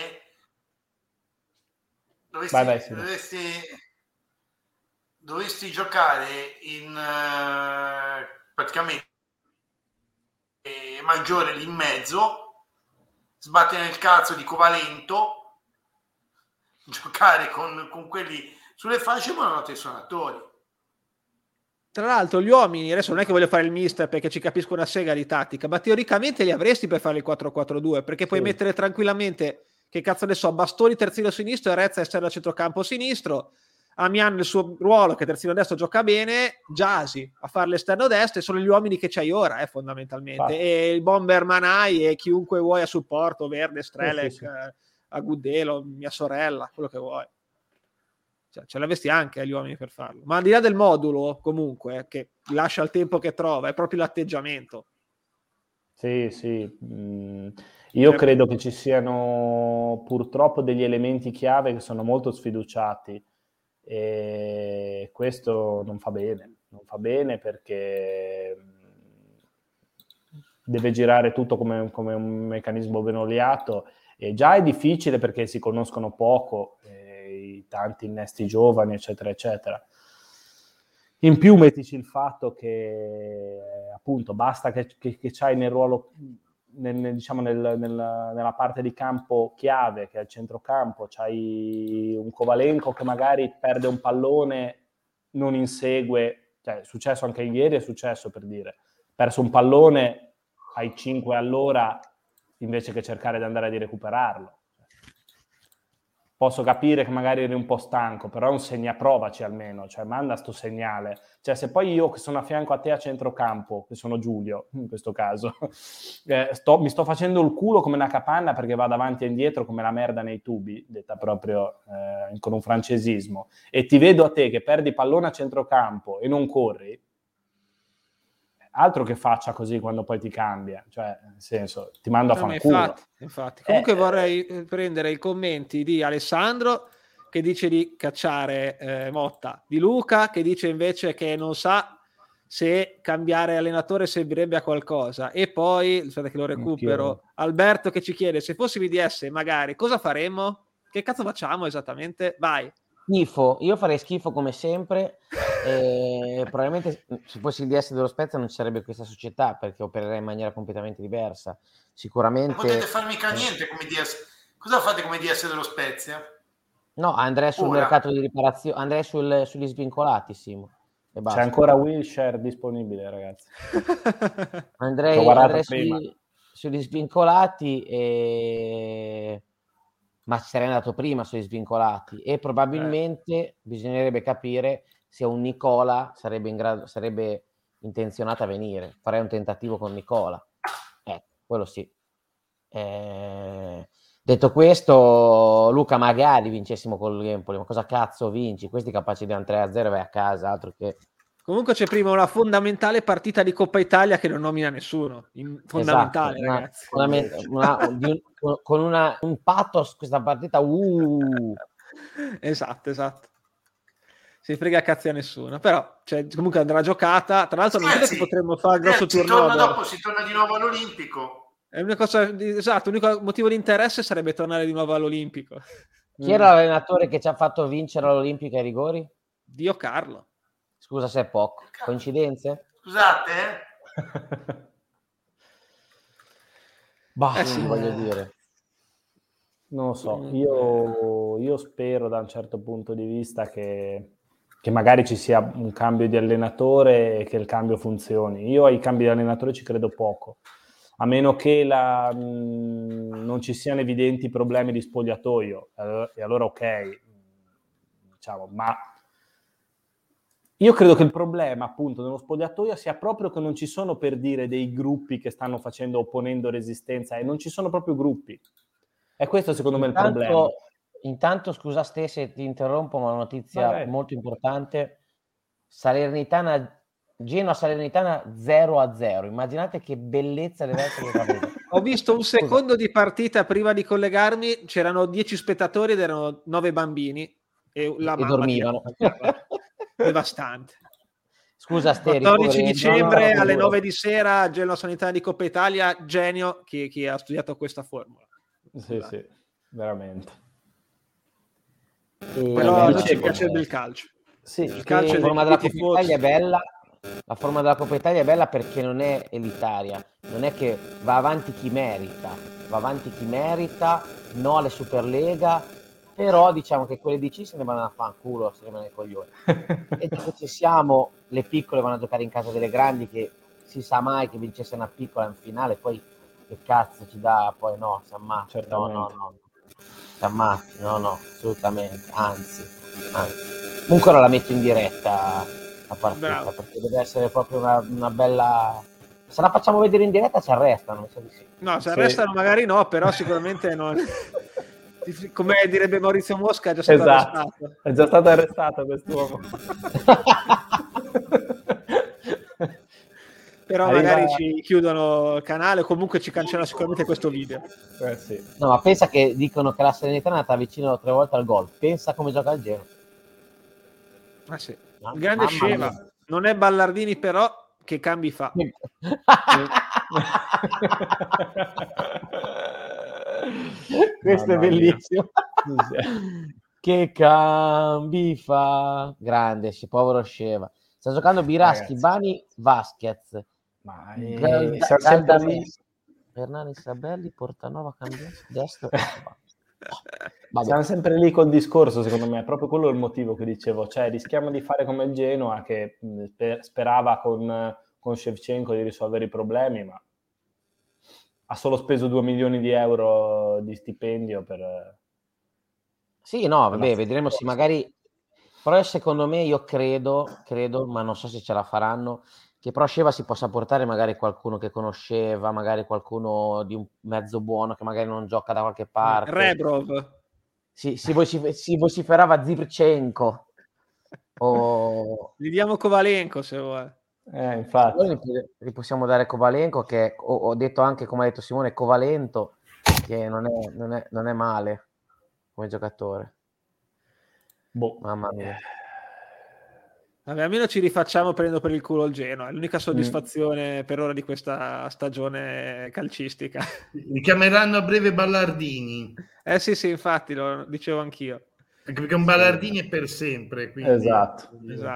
Dovresti giocare in praticamente maggiore lì in mezzo, sbattere nel cazzo di Covalento, giocare con quelli sulle fasce, buonanotte ai suonatori. Tra l'altro gli uomini, adesso non è che voglio fare il mister perché ci capisco una sega di tattica, ma teoricamente li avresti per fare il 4-4-2, perché puoi mettere tranquillamente, che cazzo ne so, Bastoni terzino sinistro e Rezza esterno a centrocampo sinistro, Amian nel suo ruolo che terzino destro gioca bene, Gyasi a fare l'esterno destro, e sono gli uomini che c'hai ora fondamentalmente, e il bomber Manai e chiunque vuoi a supporto, Verde, Strelec, Agudelo, mia sorella, quello che vuoi, cioè, ce l'avresti anche agli uomini per farlo, ma al di là del modulo comunque che lascia il tempo che trova, è proprio l'atteggiamento. Io credo che ci siano purtroppo degli elementi chiave che sono molto sfiduciati, e questo non fa bene perché deve girare tutto come un meccanismo ben oliato, e già è difficile perché si conoscono poco, i tanti innesti giovani, eccetera, eccetera. In più mettici il fatto che appunto basta che c'hai nel ruolo, diciamo nella parte di campo chiave, che è il centrocampo, c'hai un Kovalenko che magari perde un pallone, non insegue, cioè è successo anche ieri, è successo, per dire, perso un pallone ai 5 all'ora invece che cercare di andare a recuperarlo. Posso capire che magari eri un po' stanco, però è un segnaprovaci almeno, cioè manda sto segnale. Cioè se poi io che sono a fianco a te a centrocampo, che sono Giulio in questo caso, mi sto facendo il culo come una capanna perché vado avanti e indietro come la merda nei tubi, detta proprio con un francesismo, e ti vedo a te che perdi pallone a centrocampo e non corri, altro che faccia così quando poi ti cambia, cioè nel senso ti mando a fanculo. Infatti. Comunque vorrei prendere i commenti di Alessandro che dice di cacciare Motta, di Luca che dice invece che non sa se cambiare allenatore servirebbe a qualcosa, e poi aspetta che lo recupero, Alberto che ci chiede se fossi VDS magari cosa faremmo, che cazzo facciamo esattamente, vai. Schifo, io farei schifo come sempre, e probabilmente se fossi il DS dello Spezia non ci sarebbe questa società perché opererei in maniera completamente diversa. Sicuramente non potete fare mica niente come DS. Cosa fate come DS dello Spezia? No, andrei sul mercato di riparazione, andrei sugli svincolati, Simo, e basta. C'è ancora Wilshire disponibile, ragazzi. andrei sugli svincolati ma ci sarei andato prima sui svincolati, e probabilmente bisognerebbe capire se un Nicola sarebbe intenzionato a venire. Farei un tentativo con Nicola, quello sì. Detto questo, Luca, magari vincessimo con l'Empoli, ma cosa cazzo vinci? Questi capaci di andare 3-0 e vai a casa, altro che... Comunque c'è prima una fondamentale partita di Coppa Italia che non nomina nessuno. Fondamentale, esatto, ragazzi. Con un pathos questa partita. Esatto. Si frega cazzi a nessuno. Però comunque andrà giocata. Tra l'altro non credo che potremmo fare grosso turnover. Dopo si torna di nuovo all'Olimpico. È una cosa esatto, l'unico motivo di interesse sarebbe tornare di nuovo all'Olimpico. Chi era l'allenatore che ci ha fatto vincere all'Olimpica ai rigori? Dio Carlo. Scusa se è poco. Coincidenze? Scusate, sì, voglio dire. Non lo so, io spero da un certo punto di vista che magari ci sia un cambio di allenatore e che il cambio funzioni. Io ai cambi di allenatore ci credo poco, a meno che non ci siano evidenti problemi di spogliatoio, e allora ok, diciamo, ma io credo che il problema appunto nello spogliatoio sia proprio che non ci sono, per dire, dei gruppi che stanno opponendo resistenza, e non ci sono proprio gruppi. E questo secondo me è il problema. Intanto, scusa Ste se ti interrompo, ma una notizia molto importante: Genoa-Salernitana 0-0. Immaginate che bellezza deve essere. Ho visto un secondo di partita prima di collegarmi, c'erano 10 spettatori ed erano 9 bambini e la mamma dormivano. Devastante. Scusa Ste, 14 dicembre alle 9 di sera, Genoa-Salernitana di Coppa Italia, genio chi ha studiato questa formula. Sì, veramente. Però non ci piace il calcio. Sì, il calcio, la forma della Coppa Italia è bella. La forma della Coppa Italia è bella perché non è elitaria, non è che va avanti chi merita, no alle Superlega, però diciamo che quelle di C se ne vanno a fanculo, se ne vanno ai coglioni. E se ci siamo, le piccole vanno a giocare in casa delle grandi, che si sa mai che vincesse una piccola in finale, poi che cazzo ci dà, poi no, si ammazza. No, si ammazza, no, assolutamente, anzi. Comunque ora la metto in diretta la partita, perché deve essere proprio una bella... Se la facciamo vedere in diretta ci arrestano, mi sa di sì. No, ci arrestano magari no, però sicuramente non... Come direbbe Maurizio Mosca, è già stato arrestato. È già stato arrestato quest'uomo. Però magari ci chiudono il canale o comunque ci cancellano sicuramente questo video. Sì. No, ma pensa che dicono che la Salernitana è andata vicino 3 volte al gol. Pensa come gioca il Genoa. Sì. Grande scema. Non è Ballardini però, che cambi fa. Questo è bellissimo. Che cambi fa, grande, povero Sceva. Sta giocando Biraschi, Bani, Vasquez, Hernani, Sabelli, Portanova, Cambiasso, destro. Siamo sempre lì col discorso, secondo me, è proprio quello il motivo che dicevo, cioè rischiamo di fare come il Genoa che sperava con Shevchenko di risolvere i problemi, ma ha solo speso 2 milioni di euro di stipendio per... Sì, no, vabbè, vedremo se magari... Però secondo me, io credo, ma non so se ce la faranno, che però Sceva si possa portare magari qualcuno che conosceva, magari qualcuno di un mezzo buono che magari non gioca da qualche parte. Rebrov. Si vociferava Zivchenko. Gli diamo Kovalenko se vuoi. Infatti. Noi gli possiamo dare Kovalenko, che ho detto anche, come ha detto Simone, Covalento, che non è male come giocatore. Mamma mia. Vabbè, almeno ci rifacciamo prendendo per il culo il Genoa, è l'unica soddisfazione per ora di questa stagione calcistica. Li chiameranno a breve Ballardini. Sì, infatti lo dicevo anch'io. Anche perché un Ballardini è per sempre. Quindi... Esatto.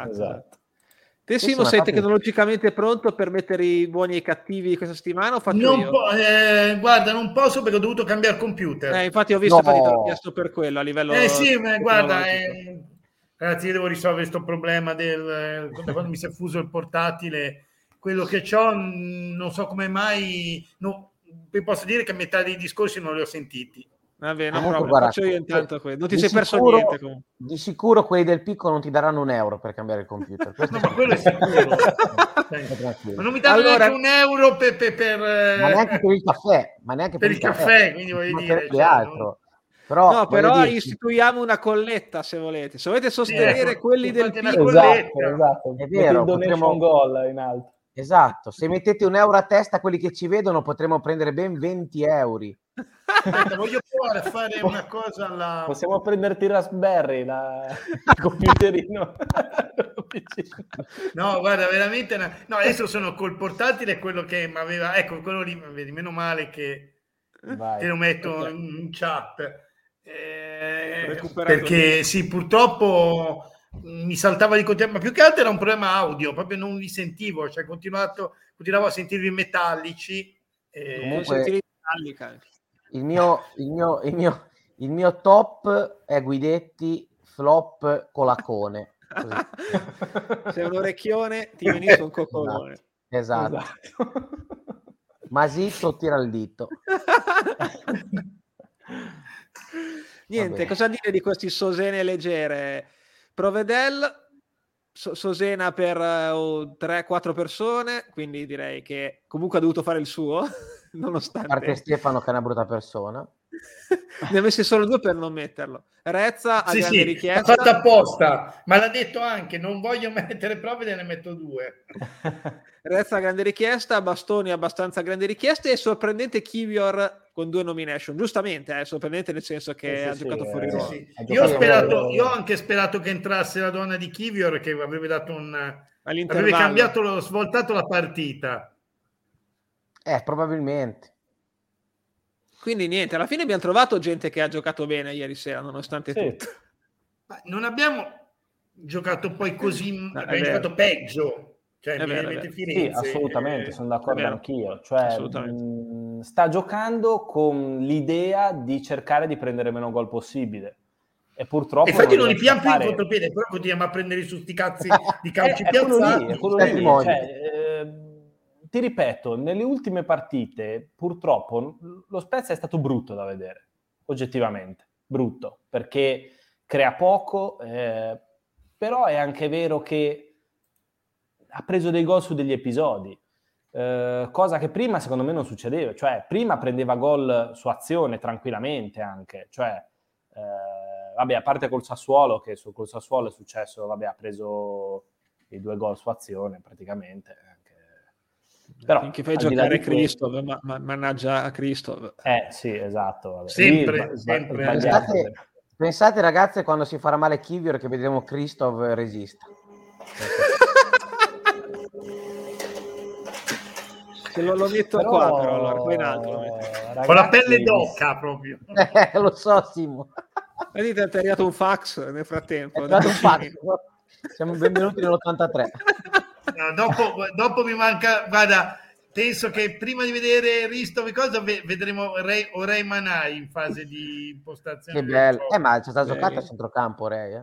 Te Simo, sei tecnologicamente pronto per mettere i buoni e i cattivi di questa settimana o faccio io? Guarda, non posso perché ho dovuto cambiare computer. Infatti ho visto, infatti te l'ho chiesto per quello a livello... sì, ma guarda, ragazzi, io devo risolvere questo problema quando mi si è fuso il portatile. Quello che c'ho, non so come mai... vi posso dire che metà dei discorsi non li ho sentiti. Va bene, faccio io intanto quello. Non ti sei perso niente comunque. Di sicuro quelli del picco non ti daranno €1 per cambiare il computer. No, ma quello è sicuro. Ma non mi danno neanche €1 per ma neanche per il caffè, per il caffè, quindi voglio dire, altro. Però istituiamo una colletta se volete. Se volete sostenere quelli del picco, esatto. È vero, potremo goal in alto. Esatto, se mettete €1 a testa, quelli che ci vedono potremo prendere ben €20. Aspetta, voglio provare a fare una cosa Possiamo prenderti Raspberry, il computerino. No, guarda, veramente no, adesso sono col portatile, quello che mi aveva, ecco, quello lì, vedi, meno male che te lo metto in chat, perché sì, purtroppo mi saltava di continuo, ma più che altro era un problema audio, proprio non li sentivo, cioè continuavo a sentirvi metallici. Comunque il mio top è Guidetti, flop Colacone. Sei un orecchione, ti venisce un coccolone. Esatto. Masito tira il dito. Niente, cosa dire di questi Sosene leggere? Provedel, Sosena per 3-4 persone, quindi direi che comunque ha dovuto fare il suo, nonostante... A parte Stefano che è una brutta persona. Ne ha messi solo 2 per non metterlo. Rezza a grande richiesta. L'ha fatto apposta, ma l'ha detto anche, non voglio mettere prove, ne metto 2. Rezza a grande richiesta, Bastoni abbastanza grande richiesta e sorprendente Kivior con 2 nomination. Giustamente, sorprendente nel senso che ha giocato fuori ruolo. Io ho anche sperato che entrasse la donna di Kivior, che avrebbe dato avrebbe cambiato, svoltato la partita. Probabilmente. Quindi niente, alla fine abbiamo trovato gente che ha giocato bene ieri sera, nonostante tutto. Ma non abbiamo giocato poi così, abbiamo giocato peggio. Cioè, sì, assolutamente, sono d'accordo anch'io. Cioè, sta giocando con l'idea di cercare di prendere meno gol possibile. E purtroppo infatti non li pian più in contropiede, però continuiamo a prendere su sti cazzi di calci piazzati. È quello lì. Ti ripeto, nelle ultime partite purtroppo lo Spezia è stato brutto da vedere, oggettivamente brutto, perché crea poco, però è anche vero che ha preso dei gol su degli episodi, cosa che prima secondo me non succedeva, cioè prima prendeva gol su azione tranquillamente anche, cioè vabbè, a parte col Sassuolo, che col Sassuolo è successo, vabbè, ha preso i 2 gol su azione praticamente. Però finché fai giocare Cristo, ma mannaggia a Cristo. Sì, esatto. Vabbè. Sempre. Pensate ragazzi, quando si farà male Kivior, che vedremo Christoph resista. lo metto qua, però allora, poi in alto lo metto. Ragazzi, con la pelle d'oca proprio. Lo so, Simo. Vedete, ti è arrivato un fax nel frattempo. Siamo benvenuti nell'83. No, dopo mi manca, guarda, penso che prima di vedere Risto cosa vedremo Orei Manai in fase di impostazione. Che bello. Ma c'è stato giocato a centrocampo Rei.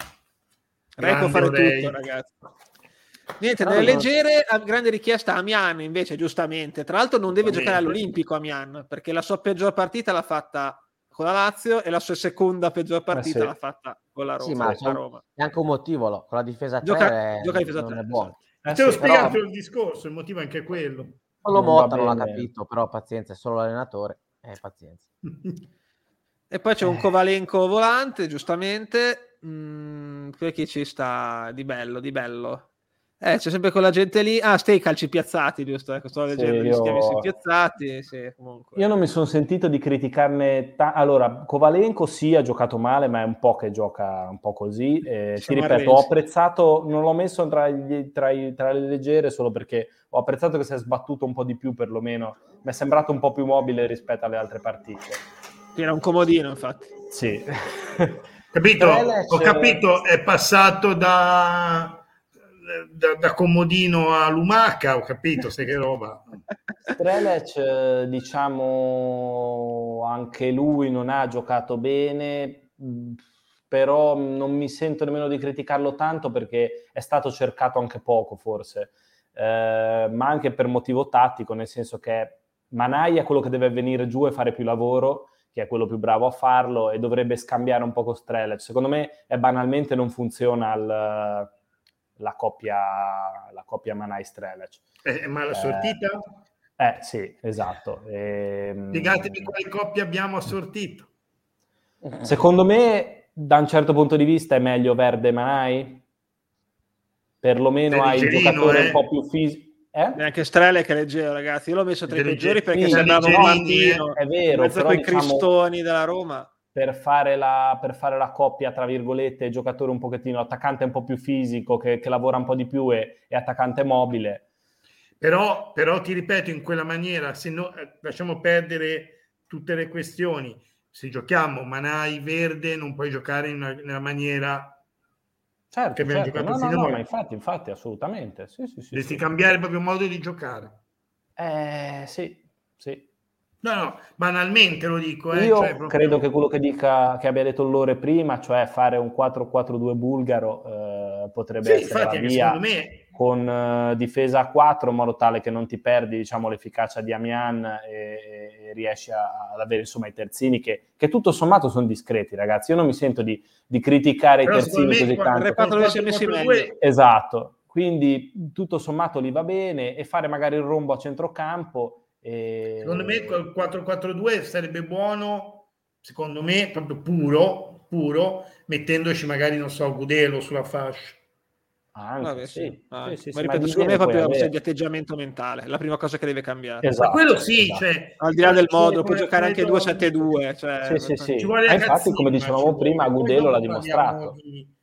Rei può fare tutto, ragazzi. Niente, nelle leggere, grande richiesta a Amian invece, giustamente. Tra l'altro non deve giocare all'Olimpico Amian, perché la sua peggior partita l'ha fatta con la Lazio e la sua seconda peggior partita l'ha fatta con la Roma. Sì, ma Roma. È anche un motivo, con la difesa 3 gioca difesa 3, non è buono. Te lo spiegato il discorso, il motivo è anche quello. Solo Motta non l'ha capito, però pazienza, è solo l'allenatore, pazienza. E poi c'è un Kovalenko volante, giustamente, chi ci sta di bello. C'è sempre quella gente lì. Stai calci piazzati, giusto? Sto leggendo gli schemi piazzati. Sì, comunque. Io non mi sono sentito di criticarne. Allora, Kovalenko sì, ha giocato male, ma è un po' che gioca un po' così. Ti ripeto, ho apprezzato, non l'ho messo tra le leggere solo perché ho apprezzato che si è sbattuto un po' di più, perlomeno. Mi è sembrato un po' più mobile rispetto alle altre partite. Era un comodino, infatti. Sì. Capito? Ho capito, è passato da Comodino a Lumaca, ho capito, sai che roba. Strelec, diciamo, anche lui non ha giocato bene, però non mi sento nemmeno di criticarlo tanto perché è stato cercato anche poco, forse, ma anche per motivo tattico, nel senso che Manai è quello che deve venire giù e fare più lavoro, che è quello più bravo a farlo, e dovrebbe scambiare un po' con Strelec. Secondo me banalmente non funziona la coppia Manai-Strelec. Ma la sortita? Sì, esatto. Spiegatemi quale coppia abbiamo assortito. Secondo me, da un certo punto di vista, è meglio Verde-Manai. Perlomeno hai il giocatore un po' più fisico. Neanche Strelec è leggero, ragazzi. Io l'ho messo tra i peggiori perché sembrava un bambino. È vero, in mezzo a quei cristoni della Roma. Per fare la coppia, tra virgolette, giocatore un pochettino, attaccante un po' più fisico, che lavora un po' di più e attaccante mobile. Però ti ripeto, in quella maniera, se no, lasciamo perdere tutte le questioni. Se giochiamo Manai Verde, non puoi giocare nella maniera che abbiamo giocato finora. No, infatti, assolutamente. Sì, dovresti cambiare proprio modo di giocare. Sì. No, banalmente lo dico. Io credo che quello che abbia detto Lore prima, cioè fare un 4-4-2 bulgaro, potrebbe essere la via, secondo me, con difesa a 4, in modo tale che non ti perdi, diciamo, l'efficacia di Amian e riesci ad avere, insomma, i terzini che tutto sommato sono discreti, ragazzi. Io non mi sento di criticare i terzini così tanto. Il reparto dove si è messi meglio. Esatto, quindi tutto sommato li va bene, e fare magari il rombo a centrocampo. Secondo me il 4-4-2 sarebbe buono, secondo me, proprio puro, mettendoci magari, non so, Gudelo sulla fascia. Ma ripeto, secondo me è proprio una questione di atteggiamento mentale, la prima cosa che deve cambiare. Esatto, ma quello sì, esatto. Cioè, al di là del modo, può giocare anche 2-7-2. Cioè, sì. Infatti, come dicevamo prima, Gudelo l'ha dimostrato.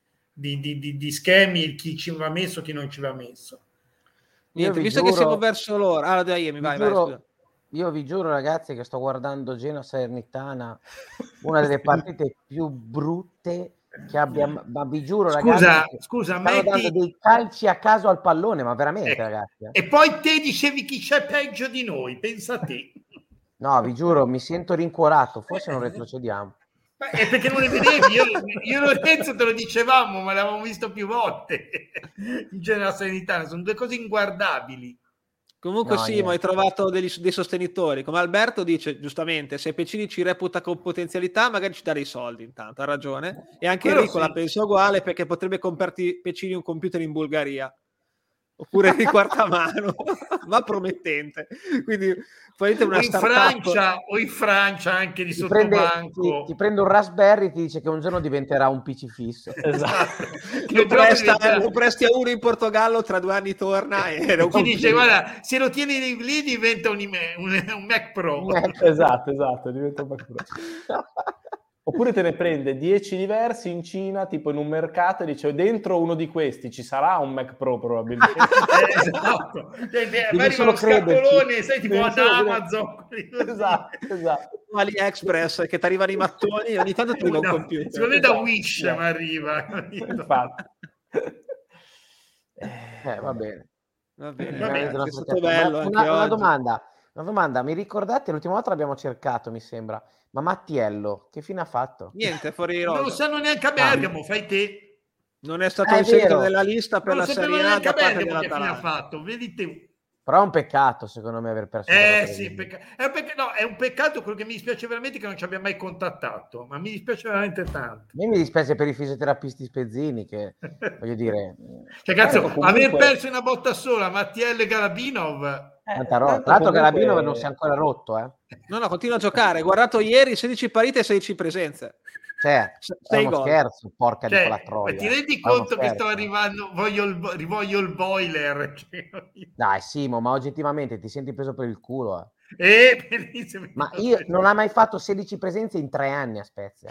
Di schemi, chi ci va messo, chi non ci va messo. Niente, visto che siamo verso l'ora, vai, scusa. Io vi giuro, ragazzi, che sto guardando Genoa Salernitana, una delle partite più brutte che abbiamo. Ma vi giuro, ragazzi, scusa, stanno dando dei calci a caso al pallone, ma veramente, ragazzi. E poi te dicevi chi c'è peggio di noi, pensa a te. No, vi giuro, mi sento rincuorato, forse non retrocediamo. È perché non le vedevi, io Lorenzo te lo dicevamo, ma l'avevamo visto più volte in Genoa Salernitana, sono due cose inguardabili. Comunque Simo, hai trovato dei sostenitori, come Alberto dice giustamente, se Pecini ci reputa con potenzialità magari ci dà dei soldi, intanto ha ragione, e anche Enrico la pensa uguale, perché potrebbe comprarti Pecini un computer in Bulgaria oppure di quarta mano ma promettente, quindi una o in Francia anche di sottobanco ti prende un Raspberry, ti dice che un giorno diventerà un PC fisso. Esatto. lo presti a uno in Portogallo, tra 2 anni torna e ti dice guarda, se lo tieni lì diventa un Mac Pro. Esatto, diventa un Mac Pro. Oppure te ne prende 10 diversi in Cina, tipo in un mercato, e dice dentro uno di questi ci sarà un Mac Pro probabilmente. Esatto. Arriva lo scatolone, sai, tipo ad Amazon. Esatto. AliExpress che ti arrivano i mattoni e ogni tanto ti arriva un computer. Secondo me da Wish mi arriva. Infatti. Va bene. Va bene. È stato bello. Una domanda, mi ricordate? L'ultima volta l'abbiamo cercato, mi sembra. Ma Mattiello, che fine ha fatto? Niente, fuori rosa. Non lo sanno neanche a Bergamo, fai te. Non è stato inserito nella lista per la Serie A da parte della che fine ha fatto, vedi te. Però è un peccato, secondo me, aver perso. Sì, è un peccato. Quello che mi dispiace veramente è che non ci abbia mai contattato, ma mi dispiace veramente tanto. A me mi dispiace per i fisioterapisti Spezzini, che voglio dire... Cioè, cazzo, comunque... aver perso una botta sola Mattiello e Galabinov... Tra l'altro Galabinov non si è ancora rotto, No, continua a giocare. Guardato ieri 16 partite e 16 presenze. Cioè, è uno scherzo, porca di quella troia. Ma ti rendi conto che sto arrivando? Voglio il boiler. Dai, Simo, ma oggettivamente ti senti preso per il culo? Benissimo. Ma io non ha mai fatto 16 presenze in 3 anni a Spezia.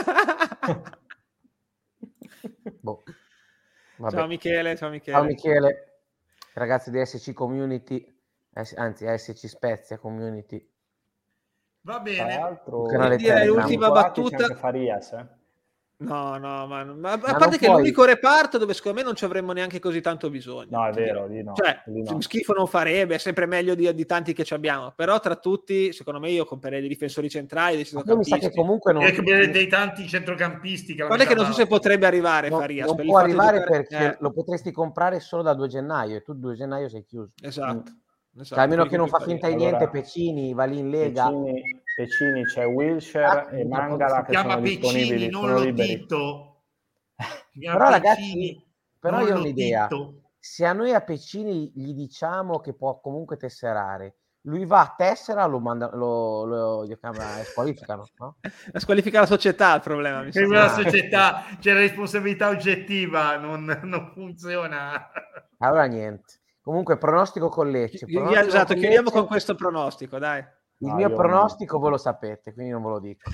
Ciao Michele. Ciao Michele, ragazzi di SC Community, anzi SC Spezia Community. Va bene. L'ultima battuta. Farias, No, ma a parte che è l'unico reparto dove secondo me non ci avremmo neanche così tanto bisogno. No, è vero, Cioè, schifo non farebbe, è sempre meglio di tanti che ci abbiamo. Però tra tutti, secondo me, io comprerei dei difensori centrali, dei centrocampisti. Mi sa che comunque non... dei tanti centrocampisti. Guarda che non so se potrebbe arrivare Farias. Non può arrivare perché lo potresti comprare solo da 2 gennaio e tu 2 gennaio sei chiuso. Esatto. Cioè, a meno che non fa finta di niente, Pecini va lì in Lega. Pecini c'è Wilshere e Mangala che sono disponibili, sono liberi. Però ragazzi, io ho un'idea. Se a noi a Pecini gli diciamo che può comunque tesserare, lui va a tessera, lo squalificano, no? Squalifica la società, il problema. La società, c'è la responsabilità oggettiva, non funziona. Allora niente. Comunque pronostico con Lecce. Esatto, chiudiamo con questo pronostico, dai. Il mio pronostico voi lo sapete, quindi non ve lo dico.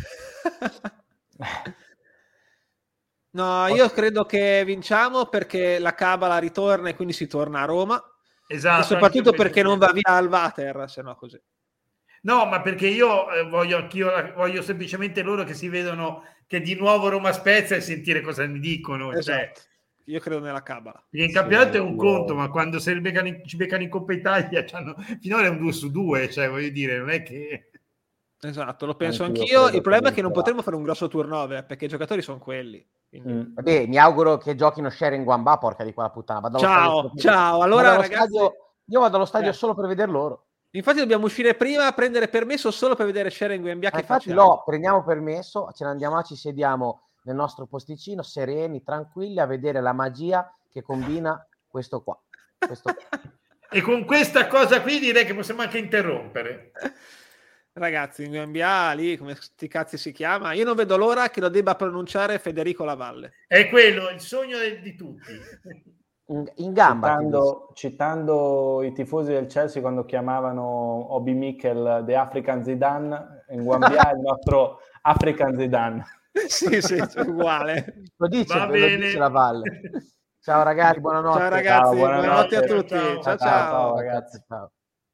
No, io credo che vinciamo perché la Cabala ritorna e quindi si torna a Roma. Esatto. E soprattutto perché non va via al Water, se no così. No, ma perché io voglio semplicemente loro che si vedono che di nuovo Roma Spezia e sentire cosa mi dicono. Esatto. Cioè. Io credo nella Cabala. Perché in campionato è un conto, ma quando ci beccano in Coppa Italia finora è un 2-2, cioè voglio dire, non è che... Esatto, lo penso anch'io. Il problema è che non potremo fare un grosso turnover perché i giocatori sono quelli. Quindi... Vabbè, mi auguro che giochino Sharing Guambà, porca di quella puttana. Ciao. Allora, ragazzi, io vado allo stadio solo per vedere loro. Infatti dobbiamo uscire prima a prendere permesso solo per vedere Sharing Guambà che infatti facciamo. Prendiamo permesso, ce ne andiamo, ci sediamo nel nostro posticino, sereni, tranquilli, a vedere la magia che combina questo qua. E con questa cosa qui direi che possiamo anche interrompere. Ragazzi, in NBA lì, come sti cazzi si chiama, io non vedo l'ora che lo debba pronunciare Federico Lavalle. È quello, il sogno di tutti. In gamba. Citando i tifosi del Chelsea quando chiamavano Obi Mikel The African Zidane, in Guambia il nostro African Zidane. Sì, uguale. Lo dice Lavalle. Ciao ragazzi, buonanotte. Ciao ragazzi, buonanotte a tutti. Ciao ragazzi. Ciao.